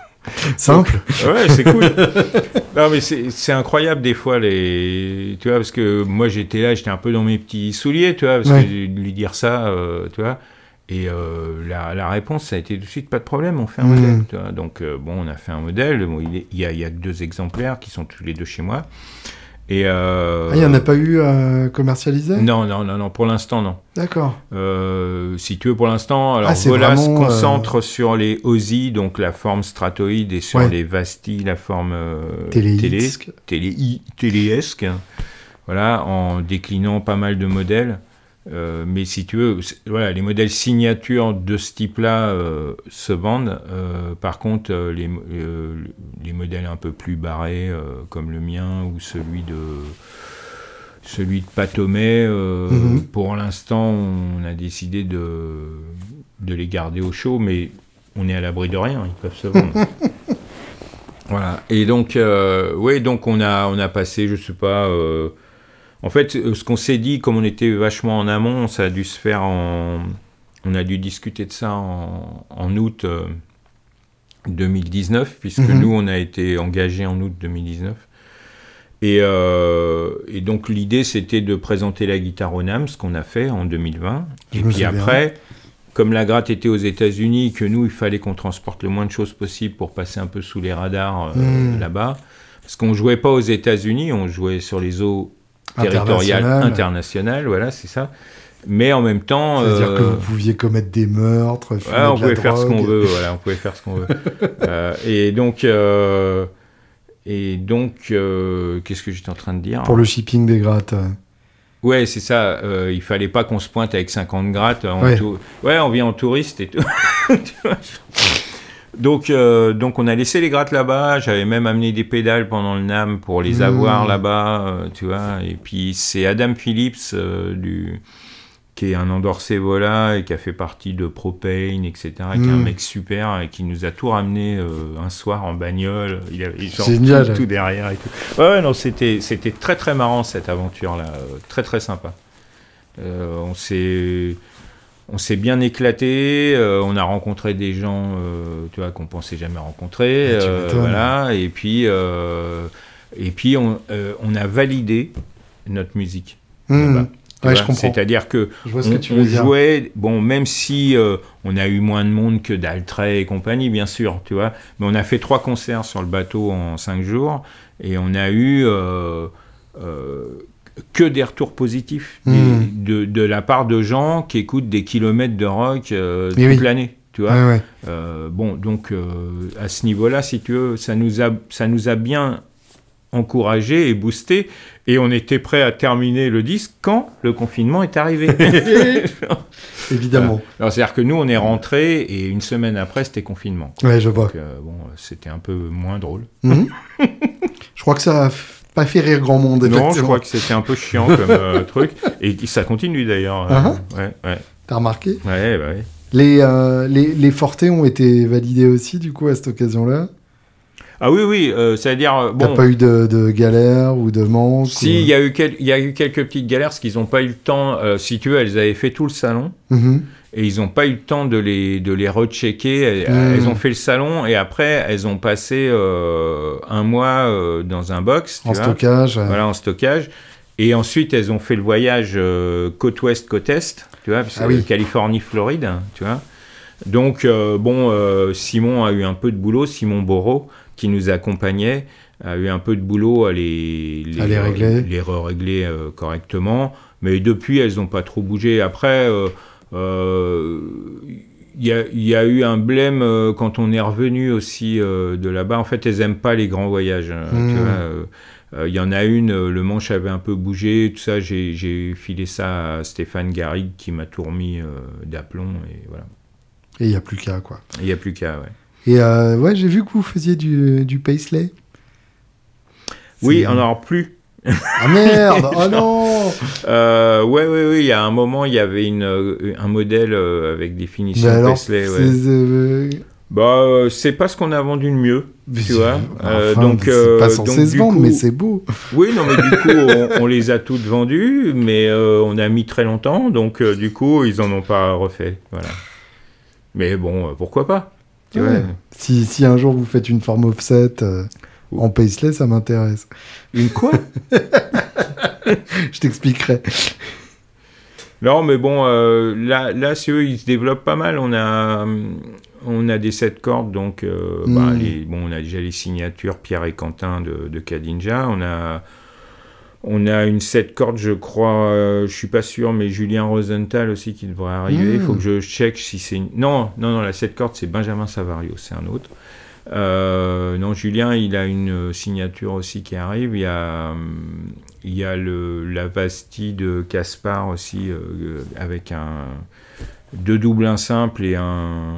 Simple. Donc, ouais, c'est cool. Non, mais c'est, c'est incroyable des fois, les... tu vois, parce que moi, j'étais là, j'étais un peu dans mes petits souliers, tu vois, parce ouais. que lui dire ça, euh, tu vois, et euh, la, la réponse, ça a été tout de suite, pas de problème, on fait un mmh. modèle, tu vois. Donc, euh, bon, on a fait un modèle, bon, il, est, il, y a, il y a deux exemplaires qui sont tous les deux chez moi. Et euh, ah, il n'y en a pas eu à commercialiser ? Non, non, non, non, pour l'instant, non. D'accord. Euh, si tu veux, pour l'instant, alors ah, Vola se vraiment, concentre euh... sur les Ozzy, donc la forme stratoïde, et sur ouais. les Vasti, la forme euh, téléesque. Télé, télé, téléesque, voilà, en déclinant pas mal de modèles. Euh, mais si tu veux, voilà, les modèles signatures de ce type-là euh, se vendent. Euh, par contre, euh, les, euh, les modèles un peu plus barrés, euh, comme le mien ou celui de celui de Patomet, euh, mm-hmm. pour l'instant, on a décidé de de les garder au chaud, mais on est à l'abri de rien, ils peuvent se vendre. Voilà. Et donc, euh, oui, donc on a on a passé, je sais pas. Euh, En fait, ce qu'on s'est dit, comme on était vachement en amont, ça a dû se faire en... On a dû discuter de ça en, en août euh, deux mille dix-neuf, puisque mm-hmm. nous, on a été engagés en août deux mille dix-neuf. Et, euh, et donc, l'idée, c'était de présenter la guitare au NAMM, ce qu'on a fait en deux mille vingt. Je et puis après, comme la gratte était aux États-Unis, que nous, il fallait qu'on transporte le moins de choses possible pour passer un peu sous les radars euh, mm. là-bas, parce qu'on ne jouait pas aux États-Unis, on jouait sur les eaux territorial, international. international, voilà, c'est ça. Mais en même temps... C'est-à-dire euh, que vous pouviez commettre des meurtres, fumer ouais, on de pouvait la faire drogue. ce qu'on veut, voilà, on pouvait faire ce qu'on veut. euh, et donc, euh, et donc euh, qu'est-ce que j'étais en train de dire ? Pour le shipping des grattes. Ouais, c'est ça. Euh, il fallait pas qu'on se pointe avec cinquante grattes. En ouais. Tou- ouais, on vient en touriste et tout. Donc, euh, donc, on a laissé les grattes là-bas. J'avais même amené des pédales pendant le NAMM pour les mmh. avoir là-bas, euh, tu vois. Et puis, c'est Adam Phillips, euh, du, qui est un endorsé Vola et qui a fait partie de Propane, et cetera, mmh. qui est un mec super et qui nous a tout ramené euh, un soir en bagnole. Il avait genre génial, tout, tout derrière et tout. Ouais, non, c'était, c'était très, très marrant cette aventure-là. Euh, très, très sympa. Euh, on s'est... On s'est bien éclaté, euh, on a rencontré des gens, euh, tu vois, qu'on pensait jamais rencontrer, ah, euh, voilà. Et puis, euh, et puis, on, euh, on a validé notre musique. Mmh. Ouais, vois, je comprends. C'est-à-dire que je vois ce on, que tu veux on dire. jouait, bon, même si euh, on a eu moins de monde que Daltrey et compagnie, bien sûr, tu vois, mais on a fait trois concerts sur le bateau en cinq jours et on a eu euh, euh, que des retours positifs mmh. des, de, de la part de gens qui écoutent des kilomètres de rock euh, toute oui. l'année, tu vois. Ouais, ouais. Euh, bon, donc euh, à ce niveau-là, si tu veux, ça nous a, ça nous a bien encouragé et boosté, et on était prêt à terminer le disque quand le confinement est arrivé. Évidemment. Voilà. Alors c'est-à-dire que nous, on est rentrés et une semaine après, c'était confinement. Ouais, je vois. Donc, euh, bon, c'était un peu moins drôle. Mmh. Je crois que ça a pas fait rire grand monde, effectivement. Non, je crois que c'était un peu chiant comme euh, truc. Et ça continue d'ailleurs. Uh-huh. Euh, ouais, ouais. T'as remarqué ? Ouais, bah ouais. Les, euh, les, les fortés ont été validés aussi, du coup, à cette occasion-là ? Ah oui, oui, euh, c'est-à-dire... Bon, t'as pas eu de, de galère ou de manque ? Si, il ou... y, a eu quel, y a eu quelques petites galères, parce qu'ils n'ont pas eu le temps. Euh, si tu veux, elles avaient fait tout le salon. Mm-hmm. et ils n'ont pas eu le temps de les, de les rechecker. Elles, mmh. elles ont fait le salon et après, elles ont passé euh, un mois euh, dans un box. Tu en vois, stockage. Voilà, en stockage. Et ensuite, elles ont fait le voyage euh, côte ouest, côte est, tu vois, parce que ah oui. Californie, Floride, tu vois. Donc, euh, bon, euh, Simon a eu un peu de boulot, Simon Borot, qui nous accompagnait, a eu un peu de boulot à les, les, à les régler, les régler euh, correctement. Mais depuis, elles n'ont pas trop bougé. Après, il euh, euh, y, y a eu un blême euh, quand on est revenu aussi euh, de là-bas. En fait, elles n'aiment pas les grands voyages, mmh. tu vois. Euh, Il euh, y en a une, euh, le manche avait un peu bougé, tout ça, j'ai, j'ai filé ça à Stéphane Garrigue qui m'a tout remis euh, d'aplomb, et voilà. Et il n'y a plus qu'à, quoi. Il n'y a plus qu'à, ouais. Et euh, ouais, j'ai vu que vous faisiez du, du Paisley. C'est... Oui, on n'en a plus. Ah merde, oh non euh, Ouais, ouais, ouais, il y a un moment, il y avait une, un modèle euh, avec des finitions alors, Paisley, ouais. C'est, euh... Bah, euh, c'est pas ce qu'on a vendu de mieux, mais tu vois. Euh, enfin, donc, euh, c'est pas censé se vendre, coup, mais c'est beau. Oui, non, mais du coup, on, on les a toutes vendues, mais euh, on a mis très longtemps, donc euh, du coup, ils en ont pas refait, voilà. Mais bon, euh, pourquoi pas, tu ouais. vois. Si, si un jour vous faites une forme offset euh, en Paisley, ça m'intéresse. Une quoi? Je t'expliquerai. Non, mais bon, euh, là, là, si eux, ils se développent pas mal. On a, on a des sept cordes, donc euh, mmh. bah, les, bon, on a déjà les signatures Pierre et Quentin de, de Kadinja. On a, on a une sept cordes, je crois, euh, je suis pas sûr, mais Julien Rosenthal aussi qui devrait arriver. Il mmh. faut que je check si c'est une... non, non, non, la sept cordes c'est Benjamin Savario, c'est un autre. Euh, non, Julien, il a une signature aussi qui arrive. Il y a, il y a le, la Vasti de Caspar aussi, euh, avec un, deux doubles un simple et un,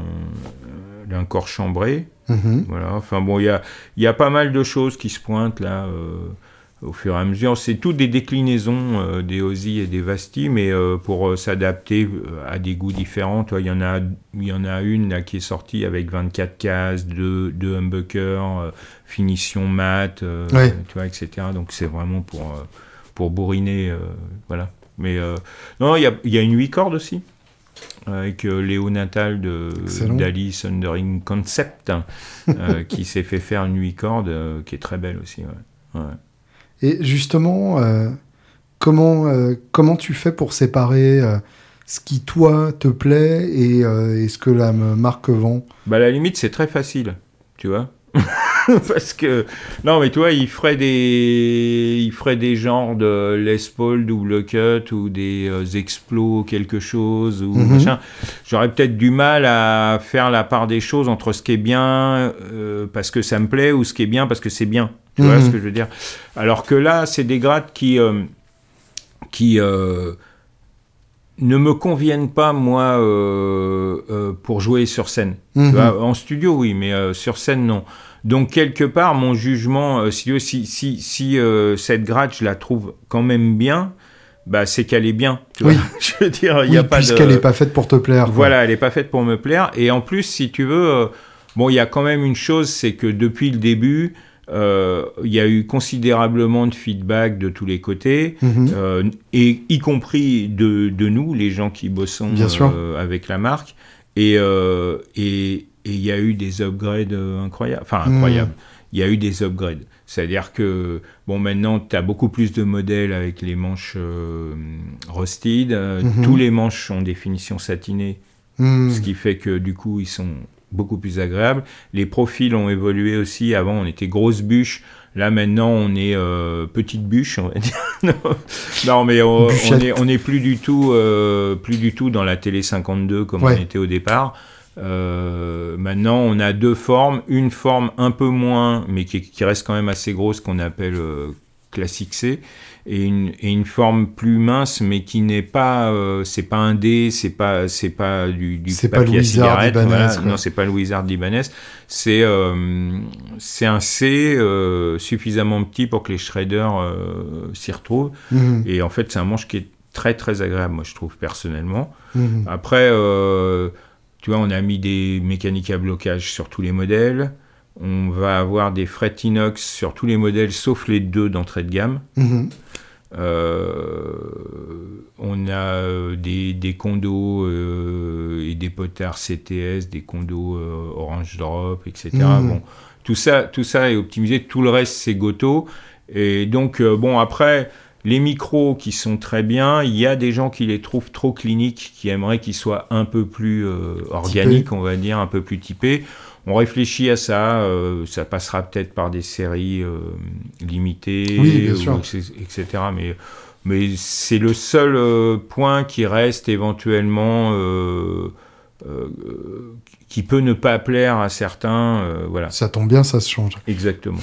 un corps chambré. Mm-hmm. Voilà. Enfin bon, il y a, il y a pas mal de choses qui se pointent là euh, au fur et à mesure. C'est toutes des déclinaisons euh, des Ozzy et des Vasti, mais euh, pour euh, s'adapter à des goûts différents. Toi, il y en a, il y en a une là qui est sortie avec vingt-quatre cases, deux, deux humbuckers, euh, finition mat, euh, ouais. tu vois, et cetera. Donc c'est vraiment pour euh, pour bourriner, euh, voilà. Mais euh, non, il y a, il y a une huit cordes aussi. Avec euh, Léo Natal de d'Ali Thundering Concept, euh, qui s'est fait faire une huit cordes, euh, qui est très belle aussi. Ouais. Ouais. Et justement, euh, comment, euh, comment tu fais pour séparer euh, ce qui, toi, te plaît et, euh, et ce que la marque vend? Bah, à la limite, c'est très facile, tu vois. Parce que, non, mais tu vois, il ferait des, il ferait des genres de Les Paul double cut ou des euh, Explos quelque chose ou mm-hmm. machin. J'aurais peut-être du mal à faire la part des choses entre ce qui est bien euh, parce que ça me plaît ou ce qui est bien parce que c'est bien. Tu mm-hmm. vois ce que je veux dire? Alors que là, c'est des grades qui, euh, qui euh, ne me conviennent pas, moi, euh, euh, pour jouer sur scène. Mm-hmm. Tu vois, en studio, oui, mais euh, sur scène, non. Donc, quelque part, mon jugement, euh, si, si, si, si euh, cette grade, je la trouve quand même bien, bah, c'est qu'elle est bien. Tu oui. vois je veux dire, il oui, y a pas de... puisqu'elle n'est pas faite pour te plaire. Quoi. Voilà, elle n'est pas faite pour me plaire. Et en plus, si tu veux, euh, bon, il y a quand même une chose, c'est que depuis le début, il euh, y a eu considérablement de feedback de tous les côtés, mm-hmm. euh, et y compris de, de nous, les gens qui bossons euh, avec la marque. Et... Euh, et Et il y a eu des upgrades incroyables. Enfin, incroyables. Il mmh. y a eu des upgrades. C'est-à-dire que, bon, maintenant, tu as beaucoup plus de modèles avec les manches euh, rusted. Mmh. Tous les manches ont des finitions satinées, mmh. ce qui fait que, du coup, ils sont beaucoup plus agréables. Les profils ont évolué aussi. Avant, on était grosse bûche. Là, maintenant, on est euh, petite bûche, on va dire. non, non, mais on, on, est, on est plus du tout, euh, plus du tout dans la télé cinquante-deux comme ouais. on était au départ. Euh, maintenant on a deux formes, une forme un peu moins mais qui, qui reste quand même assez grosse qu'on appelle euh, classique C et une, et une forme plus mince mais qui n'est pas euh, c'est pas un D, c'est pas, c'est pas du, du c'est papier pas à cigarette, voilà. Non, c'est pas le Wizard d'Ibanez, c'est, euh, c'est un C euh, suffisamment petit pour que les shredders euh, s'y retrouvent mmh. et en fait c'est un manche qui est très très agréable, moi je trouve personnellement. Mmh. Après euh, tu vois, on a mis des mécaniques à blocage sur tous les modèles. On va avoir des frets inox sur tous les modèles, sauf les deux d'entrée de gamme. Mmh. Euh, on a des, des condos euh, et des potards C T S, des condos euh, Orange Drop, et cetera. Mmh. Bon, tout ça, tout ça est optimisé. Tout le reste, c'est Goto. Et donc, euh, bon, après, les micros qui sont très bien, il y a des gens qui les trouvent trop cliniques, qui aimeraient qu'ils soient un peu plus euh, organiques, typé. On va dire, un peu plus typés. On réfléchit à ça, euh, ça passera peut-être par des séries euh, limitées, oui, bien sûr. Ou, et cetera. Mais, mais c'est le seul euh, point qui reste éventuellement, euh, euh, qui peut ne pas plaire à certains. Euh, voilà. Ça tombe bien, ça se change. Exactement.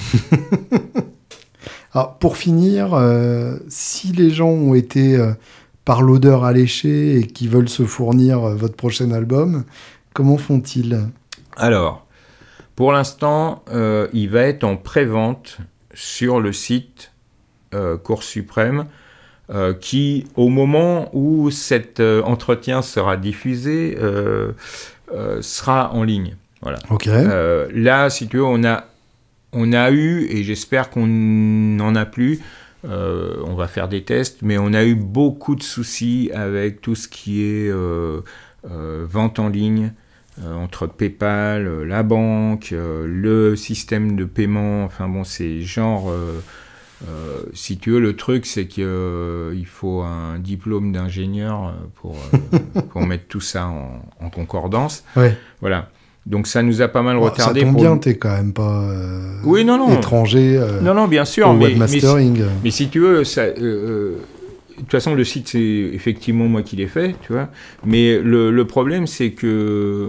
Alors, pour finir, euh, si les gens ont été euh, par l'odeur alléchée et qui veulent se fournir euh, votre prochain album, comment font-ils ? Alors, pour l'instant, euh, il va être en pré-vente sur le site euh, Cour suprême, euh, qui, au moment où cet euh, entretien sera diffusé, euh, euh, sera en ligne. Voilà. Okay. Euh, là, si tu veux, on a, on a eu, et j'espère qu'on n'en a plus, euh, on va faire des tests, mais on a eu beaucoup de soucis avec tout ce qui est euh, euh, vente en ligne, Euh, entre PayPal, euh, la banque, euh, le système de paiement, enfin bon, c'est genre, euh, euh, si tu veux, le truc, c'est qu'il euh, faut un diplôme d'ingénieur pour, euh, pour mettre tout ça en, en concordance. Ouais. Voilà. Donc ça nous a pas mal bon, retardé. Ça tombe pour... bien, t'es quand même pas euh, oui, non, non. étranger euh, non, non, bien sûr, au mais, webmastering. Mais, mais si tu veux, ça... Euh, euh, de toute façon, le site, c'est effectivement moi qui l'ai fait, tu vois. Mais le, le problème, c'est que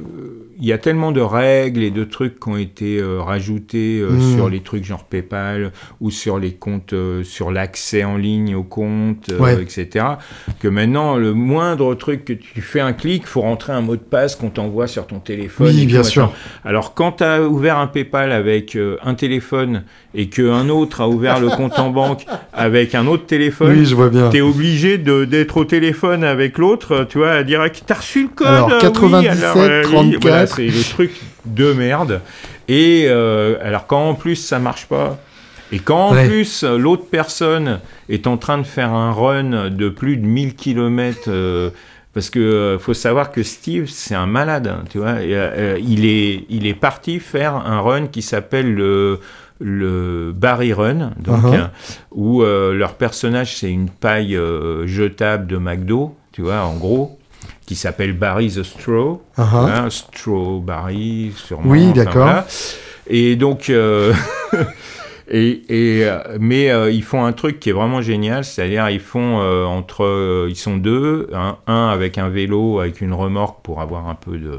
il y a tellement de règles et de trucs qui ont été euh, rajoutés euh, mmh. sur les trucs genre PayPal ou sur les comptes, euh, sur l'accès en ligne aux comptes, euh, ouais. et cetera, que maintenant, le moindre truc que tu fais un clic, il faut rentrer un mot de passe qu'on t'envoie sur ton téléphone. Oui, et bien tout, sûr. Machin. Alors, quand tu as ouvert un PayPal avec euh, un téléphone et qu'un autre a ouvert le compte en banque avec un autre téléphone, oui, je vois bien. T'es obligé de, d'être au téléphone avec l'autre, tu vois, à dire « T'as reçu le code ?» Alors, quatre-vingt-dix-sept, oui, alors, euh, trente-quatre. Voilà, c'est le truc de merde. Et euh, alors, quand en plus, ça marche pas, et quand en ouais. plus, l'autre personne est en train de faire un run de plus de mille kilomètres, euh, parce qu'il euh, faut savoir que Steve, c'est un malade, hein, tu vois, et, euh, il, est, il est parti faire un run qui s'appelle le... le Barry Run, donc, uh-huh. hein, où euh, leur personnage, c'est une paille euh, jetable de McDo, tu vois, en gros, qui s'appelle Barry the Straw, uh-huh. hein, Straw Barry, sûrement. Oui, d'accord. Voilà. Et donc, euh, et, et, mais euh, ils font un truc qui est vraiment génial, c'est-à-dire ils font euh, entre, euh, ils sont deux, hein, un avec un vélo, avec une remorque pour avoir un peu de,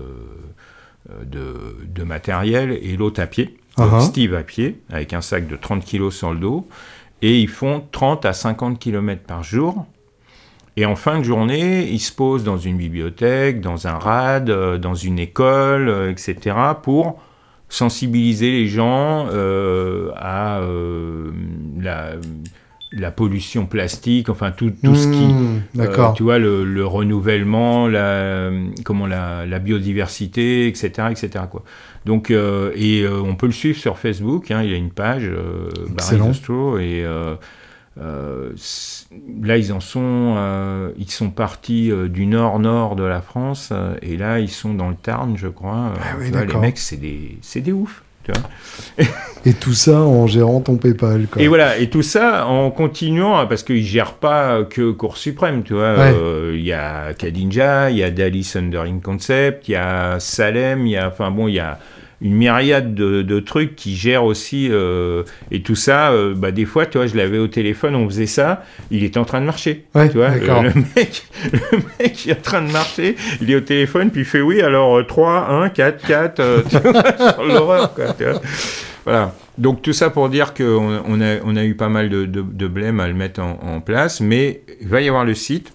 de, de matériel, et l'autre à pied. Donc uh-huh. Steve à pied, avec un sac de trente kilos sur le dos, et ils font trente à cinquante kilomètres par jour. Et en fin de journée, ils se posent dans une bibliothèque, dans un rad, euh, dans une école, euh, et cetera, pour sensibiliser les gens euh, à euh, la, la pollution plastique, enfin tout, tout mmh, ce qui... D'accord. Euh, tu vois, le, le renouvellement, la, comment, la, la biodiversité, et cetera, et cetera, quoi. Donc, euh, et euh, on peut le suivre sur Facebook, hein, il y a une page, euh, Barry the Straw, et euh, euh, là ils en sont, euh, ils sont partis euh, du nord-nord de la France, euh, et là ils sont dans le Tarn, je crois. Ah oui, vois, les mecs, c'est des, c'est des oufs. Tu vois. Et tout ça en gérant ton PayPal, quoi. Et voilà, et tout ça en continuant, parce qu'ils ne gèrent pas que Cour suprême, tu vois. Il ouais. euh, y a Kadinja, il y a Dali Thundering Concept, il y a Salem, il y a, enfin bon, il y a une myriade de, de trucs qui gèrent aussi, euh, et tout ça, euh, bah, des fois, tu vois, je l'avais au téléphone, on faisait ça, il était en train de marcher, ouais, tu vois, le, le, mec, le mec, il est en train de marcher, il est au téléphone, puis il fait, oui, alors, trois, un, quatre, quatre, euh, tu vois, sur l'horreur, quoi, tu vois. Voilà. Donc, tout ça pour dire qu'on on a, on a eu pas mal de, de, de blême à le mettre en, en place, mais il va y avoir le site,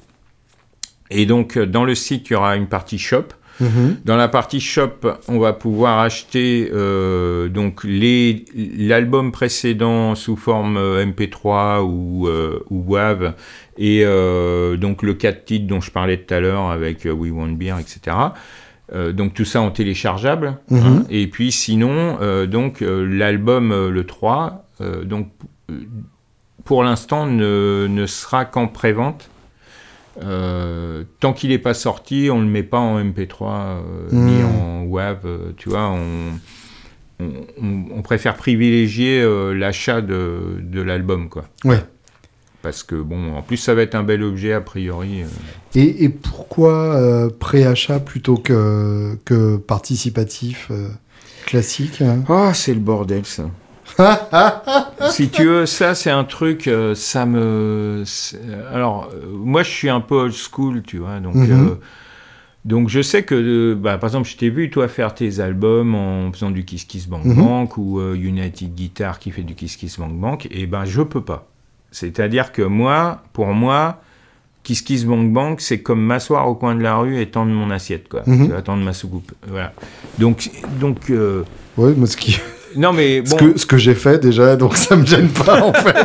et donc, dans le site, il y aura une partie shop. Mmh. Dans la partie shop, on va pouvoir acheter euh, donc les, l'album précédent sous forme M P trois ou, euh, ou WAV, et euh, donc le quatre titres dont je parlais tout à l'heure avec We Want Beer, et cetera. Euh, donc tout ça en téléchargeable. Mmh. Hein, et puis sinon, euh, donc, euh, l'album euh, le trois, euh, donc, euh, pour l'instant, ne, ne sera qu'en pré-vente. Euh, tant qu'il n'est pas sorti, on ne le met pas en M P trois, euh, mmh. ni en W A V. Euh, tu vois, on, on, on préfère privilégier euh, l'achat de, de l'album, quoi. Ouais. Parce que, bon, en plus, ça va être un bel objet, a priori. Euh. Et, et pourquoi euh, pré-achat plutôt que, que participatif euh, classique hein? Oh, c'est le bordel, ça. Si tu veux, ça, c'est un truc, euh, ça me... C'est... Alors, euh, moi, je suis un peu old school, tu vois, donc... Mm-hmm. Euh, donc, je sais que, bah, par exemple, je t'ai vu, toi, faire tes albums en faisant du Kiss Kiss Bank mm-hmm. Bank ou euh, United Guitar qui fait du Kiss Kiss Bank Bank, et ben, je peux pas. C'est-à-dire que moi, pour moi, Kiss Kiss Bank Bank, c'est comme m'asseoir au coin de la rue et tendre mon assiette, quoi. Mm-hmm. Tu vois, tendre ma soucoupe. Voilà. Donc... donc euh... ouais, moi, ce qui... Non, mais bon... Ce que, ce que j'ai fait, déjà, donc ça me gêne pas, en fait.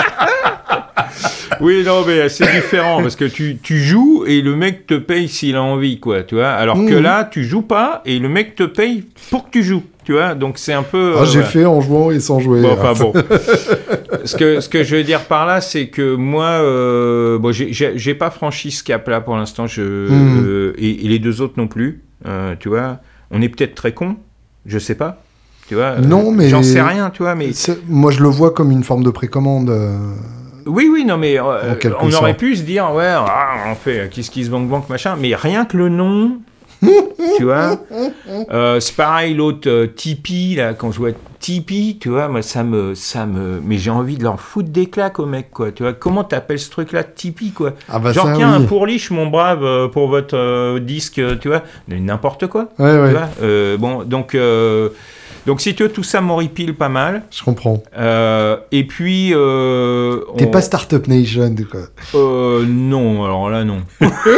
Oui, non, mais c'est différent, parce que tu, tu joues et le mec te paye s'il a envie, quoi, tu vois. Alors mmh. que là, tu joues pas et le mec te paye pour que tu joues, tu vois. Donc, c'est un peu... Ah, euh, j'ai voilà. fait en jouant et sans jouer. Bon, enfin, bon. ce, que, ce que je veux dire par là, c'est que moi, euh, bon, j'ai, j'ai, j'ai pas franchi ce cap-là pour l'instant, je, mmh. euh, et, et les deux autres non plus, euh, tu vois. On est peut-être très cons, je sais pas. Tu vois, non, mais j'en sais rien, tu vois, mais moi je le vois comme une forme de précommande. Euh... Oui, oui, non, mais euh, on sorte. Aurait pu se dire, ouais, ah, on fait Kiss Kiss Bank Bank, machin, mais rien que le nom, tu vois. Euh, c'est pareil, l'autre euh, Tipeee, là, quand je vois Tipeee, tu vois, moi, ça me, ça me, mais j'ai envie de leur foutre des claques au mec, quoi. Tu vois, comment t'appelles ce truc-là, Tipeee, quoi. Ah bah genre, ça, tiens, oui. un pourliche, mon brave, euh, pour votre euh, disque, tu vois, n'importe quoi. Ouais, ouais. Tu vois euh, bon, donc. Euh, Donc, si tu veux, tout ça m'horripile pas mal. Je comprends. Euh, et puis... Euh, T'es on... pas Startup Nation, quoi. Euh, non, alors là, non.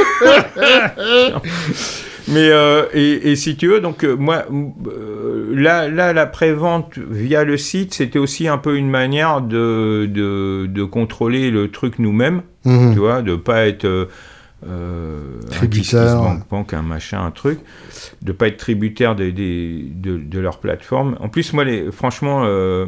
Mais, euh, et, et si tu veux, donc, euh, moi, euh, là, là, la prévente via le site, c'était aussi un peu une manière de, de, de contrôler le truc nous-mêmes, mmh. tu vois, de pas être... Euh, Euh, tributaire, un banque, banque, un machin, un truc, de pas être tributaire des, des, de, de leur plateforme. En plus, moi, les, franchement, euh,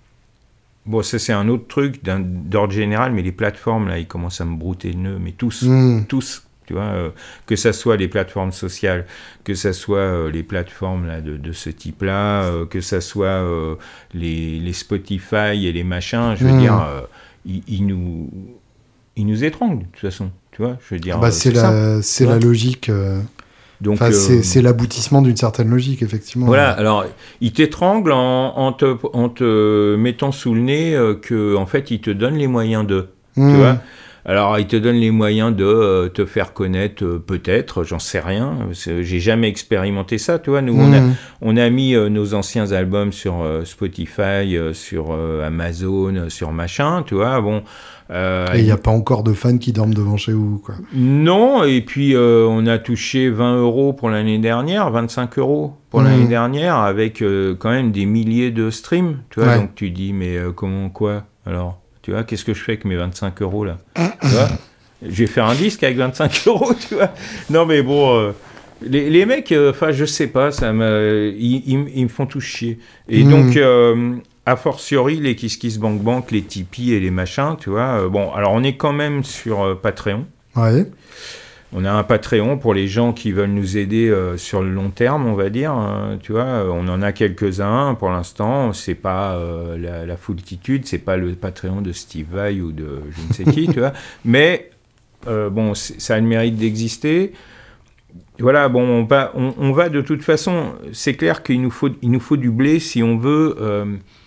bon, ça c'est un autre truc d'un, d'ordre général, mais les plateformes là, ils commencent à me brouter le nœud, mais tous, mm. tous, tu vois, euh, que ça soit les plateformes sociales, que ça soit euh, les plateformes là de, de ce type-là, euh, que ça soit euh, les, les Spotify et les machins, je veux mm. dire, euh, ils, ils nous, ils nous étranglent de toute façon. Tu vois, je veux dire, bah, c'est, c'est, la, c'est la logique. Euh... Donc, euh... c'est, c'est l'aboutissement d'une certaine logique, effectivement. Voilà, alors, il t'étrangle en, en, te, en te mettant sous le nez euh, qu'en en fait, il te donne les moyens de. Mmh. Tu vois. Alors, il te donne les moyens de euh, te faire connaître, euh, peut-être, j'en sais rien. J'ai jamais expérimenté ça, tu vois. Nous, mmh. on, a, on a mis euh, nos anciens albums sur euh, Spotify, euh, sur euh, Amazon, euh, sur machin, tu vois. Bon. Euh, et il n'y a pas encore de fans qui dorment devant chez vous, quoi. Non, et puis euh, on a touché vingt euros pour l'année dernière, vingt-cinq euros pour mmh. l'année dernière, avec euh, quand même des milliers de streams, tu vois. Ouais. Donc tu dis, mais euh, comment, quoi, alors, tu vois, qu'est-ce que je fais avec mes vingt-cinq euros, là tu vois, je vais faire un disque avec vingt-cinq euros, tu vois. Non, mais bon... Euh, Les, les mecs, enfin, euh, je sais pas, ça me, ils, ils, ils me font tous chier. Et mmh. donc, euh, a fortiori, les Kiss Kiss Bank Bank, les Tipeee et les machins, tu vois. Euh, bon, alors on est quand même sur euh, Patreon. Ouais. On a un Patreon pour les gens qui veulent nous aider euh, sur le long terme, on va dire. Euh, tu vois, on en a quelques-uns pour l'instant. C'est pas euh, la, la foultitude, c'est pas le Patreon de Steve Vai ou de je ne sais qui, tu vois. Mais euh, bon, ça a le mérite d'exister. Voilà, bon, on va, on, on va de toute façon, c'est clair qu'il nous faut, il nous faut du blé si on veut euh,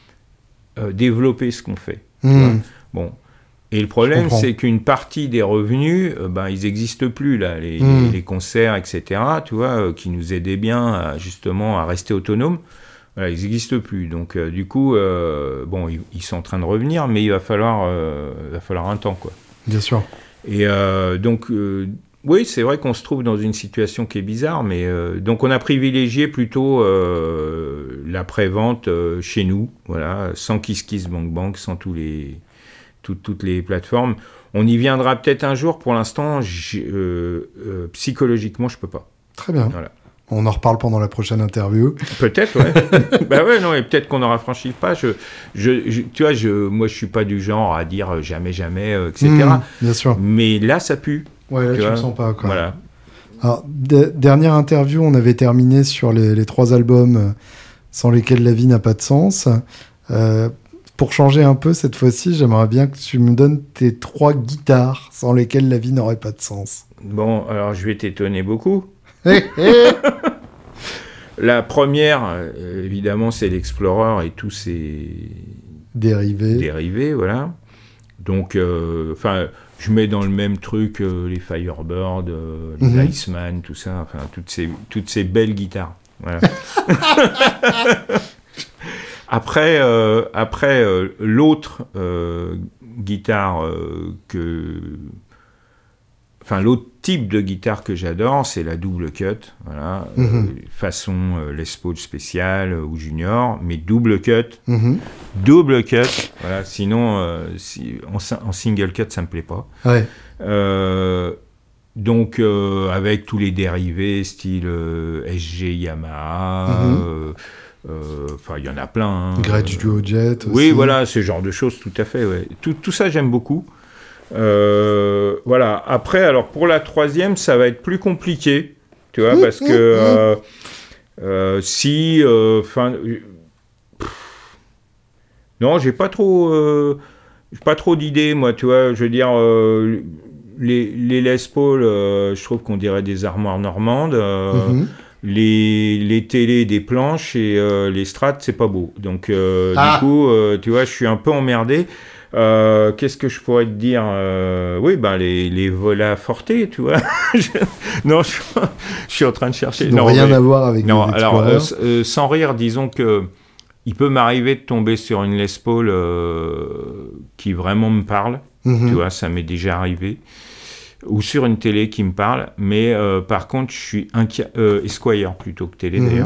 euh, développer ce qu'on fait. Mmh. Bon, et le problème, c'est qu'une partie des revenus, euh, ben, ils n'existent plus, là, les, mmh. les, les concerts, et cetera, tu vois, euh, qui nous aidaient bien, à, justement, à rester autonomes. Voilà, ils n'existent plus. Donc, euh, du coup, euh, bon, ils, ils sont en train de revenir, mais il va falloir, euh, il va falloir un temps, quoi. Bien sûr. Et euh, donc... Euh, oui, c'est vrai qu'on se trouve dans une situation qui est bizarre, mais euh, donc on a privilégié plutôt euh, la prévente euh, chez nous, voilà, sans Kiss Kiss Bank Bank, sans tous les, tout, toutes les plateformes. On y viendra peut-être un jour. Pour l'instant, euh, euh, psychologiquement, je peux pas. Très bien. Voilà. On en reparle pendant la prochaine interview. Peut-être, ouais. Bah ouais, non, et peut-être qu'on aura franchi le pas. Je, je, je, tu vois, je, moi, je suis pas du genre à dire euh, jamais, jamais, euh, et cetera. Mmh, bien sûr. Mais là, ça pue. Ouais, là, tu tu vois le sens pas, quoi. Voilà. Alors, de- dernière interview, on avait terminé sur les, les trois albums euh, sans lesquels la vie n'a pas de sens. Euh, pour changer un peu cette fois-ci, j'aimerais bien que tu me donnes tes trois guitares sans lesquelles la vie n'aurait pas de sens. Bon, alors, je vais t'étonner beaucoup. Hé, hé. La première, euh, évidemment, c'est l'Explorer et tous ses Dérivé. dérivés, voilà. Donc, euh, enfin, je mets dans le même truc euh, les Firebird, euh, les Mhm. Iceman, tout ça, enfin, toutes ces, toutes ces belles guitares. Voilà. Après, euh, après euh, l'autre euh, guitare euh, que... Enfin, l'autre type de guitare que j'adore, c'est la double cut, voilà, Mhm. euh, façon euh, Les Paul spéciale euh, ou junior, mais double cut, Mhm. double cut, voilà, sinon, euh, si, en, si- en single cut, ça me plaît pas. Ouais. Euh, donc, euh, avec tous les dérivés, style euh, S G Yamaha, Mhm. euh, euh, enfin, il y en a plein. Hein, Gretsch euh, Duo Jet aussi. oui, voilà, ce genre de choses, tout à fait. Ouais. Tout, tout ça, j'aime beaucoup. Euh, voilà. Après, alors pour la troisième, ça va être plus compliqué, tu vois, parce que euh, euh, si, enfin, euh, non, j'ai pas trop, euh, j'ai pas trop d'idées, moi, tu vois. Je veux dire, euh, les, les Les Paul, euh, je trouve qu'on dirait des armoires normandes. Euh, Mhm. Les, les télés des planches et euh, les Strats, c'est pas beau. Donc, euh, Ah. du coup, euh, tu vois, je suis un peu emmerdé. Euh, qu'est-ce que je pourrais te dire euh, Oui, ben les, les Vola Forte, tu vois. Je- non, je, je suis en train de chercher. Qui n'ont Non, rien mais- à voir avec non, les alors, Explorer. euh, s- euh, sans rire, disons que il peut m'arriver de tomber sur une Les Paul euh, qui vraiment me parle. Mhm. Tu vois, ça m'est déjà arrivé. Ou sur une télé qui me parle. Mais euh, par contre, je suis incapable... Euh, Esquire plutôt que télé, Mhm. d'ailleurs.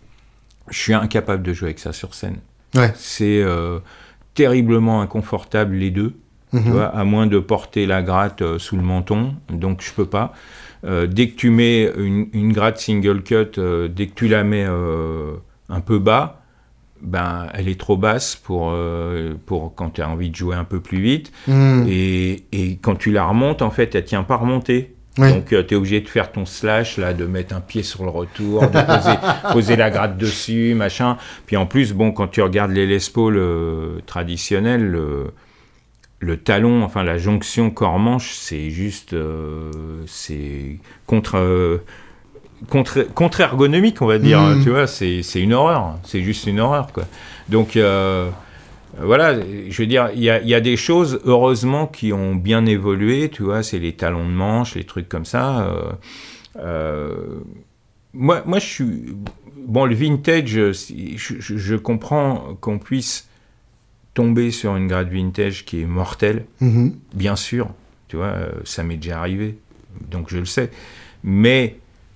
Je suis incapable de jouer avec ça sur scène. Ouais. C'est euh, terriblement inconfortable, les deux. Mhm. Tu vois, à moins de porter la gratte euh, sous le menton. Donc, je peux pas. Euh, dès que tu mets une, une gratte single cut, euh, dès que tu la mets euh, un peu bas, ben, elle est trop basse pour, euh, pour quand tu as envie de jouer un peu plus vite. Mhm. Et, et quand tu la remontes, en fait, elle tient pas à remonter. Ouais. Donc, tu es obligé de faire ton slash, là, de mettre un pied sur le retour, de poser, poser la gratte dessus, machin. Puis en plus, bon, quand tu regardes les Les Paul euh, traditionnels, le, le talon, enfin la jonction corps-manche, c'est juste... euh, c'est contre... euh, contre, contre-ergonomique, on va dire. Mhm. Tu vois, c'est, c'est une horreur. C'est juste une horreur, quoi. Donc... euh, voilà, je veux dire, il y a, il y a des choses, heureusement, qui ont bien évolué, tu vois, c'est les talons de manche, les trucs comme ça. Euh, euh, moi, moi, je suis... Bon, le vintage, je, je, je comprends qu'on puisse tomber sur une gratte vintage qui est mortelle, Mhm. bien sûr, tu vois, ça m'est déjà arrivé, donc je le sais. Mais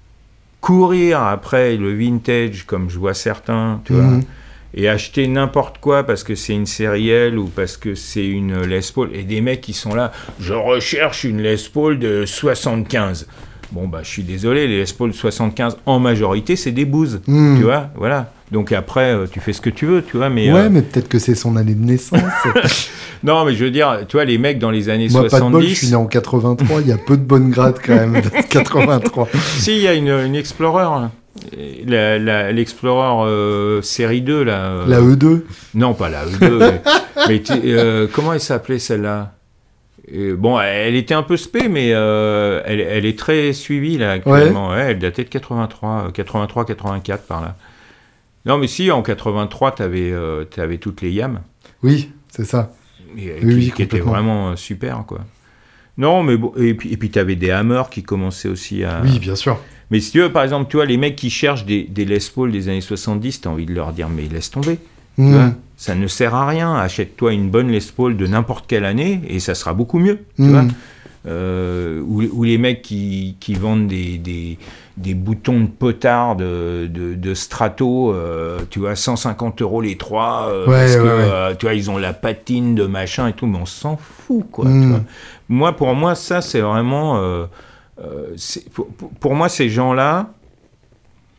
courir après le vintage, comme je vois certains, tu vois, Mhm. et acheter n'importe quoi parce que c'est une série L ou parce que c'est une Les Paul, et des mecs qui sont là, je recherche une Les Paul de soixante-quinze. Bon, bah, je suis désolé, les Les Paul soixante-quinze, en majorité, c'est des bouses, Mhm. tu vois, voilà. Donc après, euh, tu fais ce que tu veux, tu vois, mais... Ouais, euh, mais peut-être que c'est son année de naissance. non, mais je veux dire, tu vois, les mecs dans les années Moi, pas de soixante-dix... bol, je suis né en quatre-vingt-trois. Il y a peu de bonnes grattes quand même de quatre-vingt-trois. Si, il y a une, une Explorer, là. La, la, l'Explorer euh, série deux, là. euh, La E deux. Non, pas la E deux, mais, mais tu- euh, comment elle s'appelait celle-là? Euh, Bon, elle était un peu spé, mais euh, elle, elle est très suivie là actuellement. Ouais, elle datait de quatre-vingt-trois, quatre-vingt-trois, quatre-vingt-quatre par là. Non, mais si, en quatre-vingt-trois, t'avais euh, t'avais toutes les Yam, Oui, c'est ça. et, Oui, qui, oui, qui étaient complètement. vraiment euh, super, quoi. Non, mais bon, et puis, et puis t'avais des Hammer qui commençaient aussi à... Oui, bien sûr. Mais si tu veux, par exemple, tu vois, les mecs qui cherchent des, des Les Paul des années soixante-dix, t'as envie de leur dire, mais laisse tomber. Tu Mhm. vois, ça ne sert à rien. Achète-toi une bonne Les Paul de n'importe quelle année et ça sera beaucoup mieux. Tu Mhm. vois, euh, ou, ou les mecs qui, qui vendent des, des, des boutons de potard de, de, de Strato, euh, tu vois, cent cinquante euros les trois, euh, Ouais, parce ouais, que, ouais. euh, tu vois, ils ont la patine de machin et tout, mais on s'en fout, quoi. Mhm. Tu vois. Moi, pour moi, ça, c'est vraiment... euh, euh, c'est- pour, pour- pour moi, ces gens-là,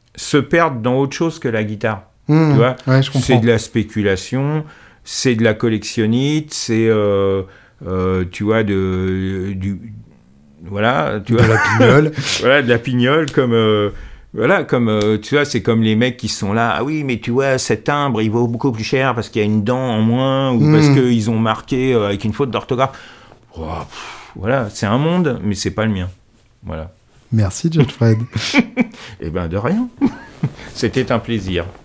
se perdent dans autre chose que la guitare. Mmh, tu vois, ouais, je comprends. c'est de la spéculation, c'est de la collectionnite, c'est, euh, euh, tu vois, de, du, voilà, tu de vois, la pignole. voilà, de la pignole, comme, euh, voilà, comme, euh, tu vois, c'est comme les mecs qui sont là, ah oui, mais tu vois, cet timbre, il vaut beaucoup plus cher parce qu'il y a une dent en moins, ou Mmh. parce qu'ils ont marqué euh, avec une faute d'orthographe. Oh, pff, voilà, c'est un monde, mais c'est pas le mien. Voilà. Merci, Judge Fred. Eh ben, de rien. C'était un plaisir.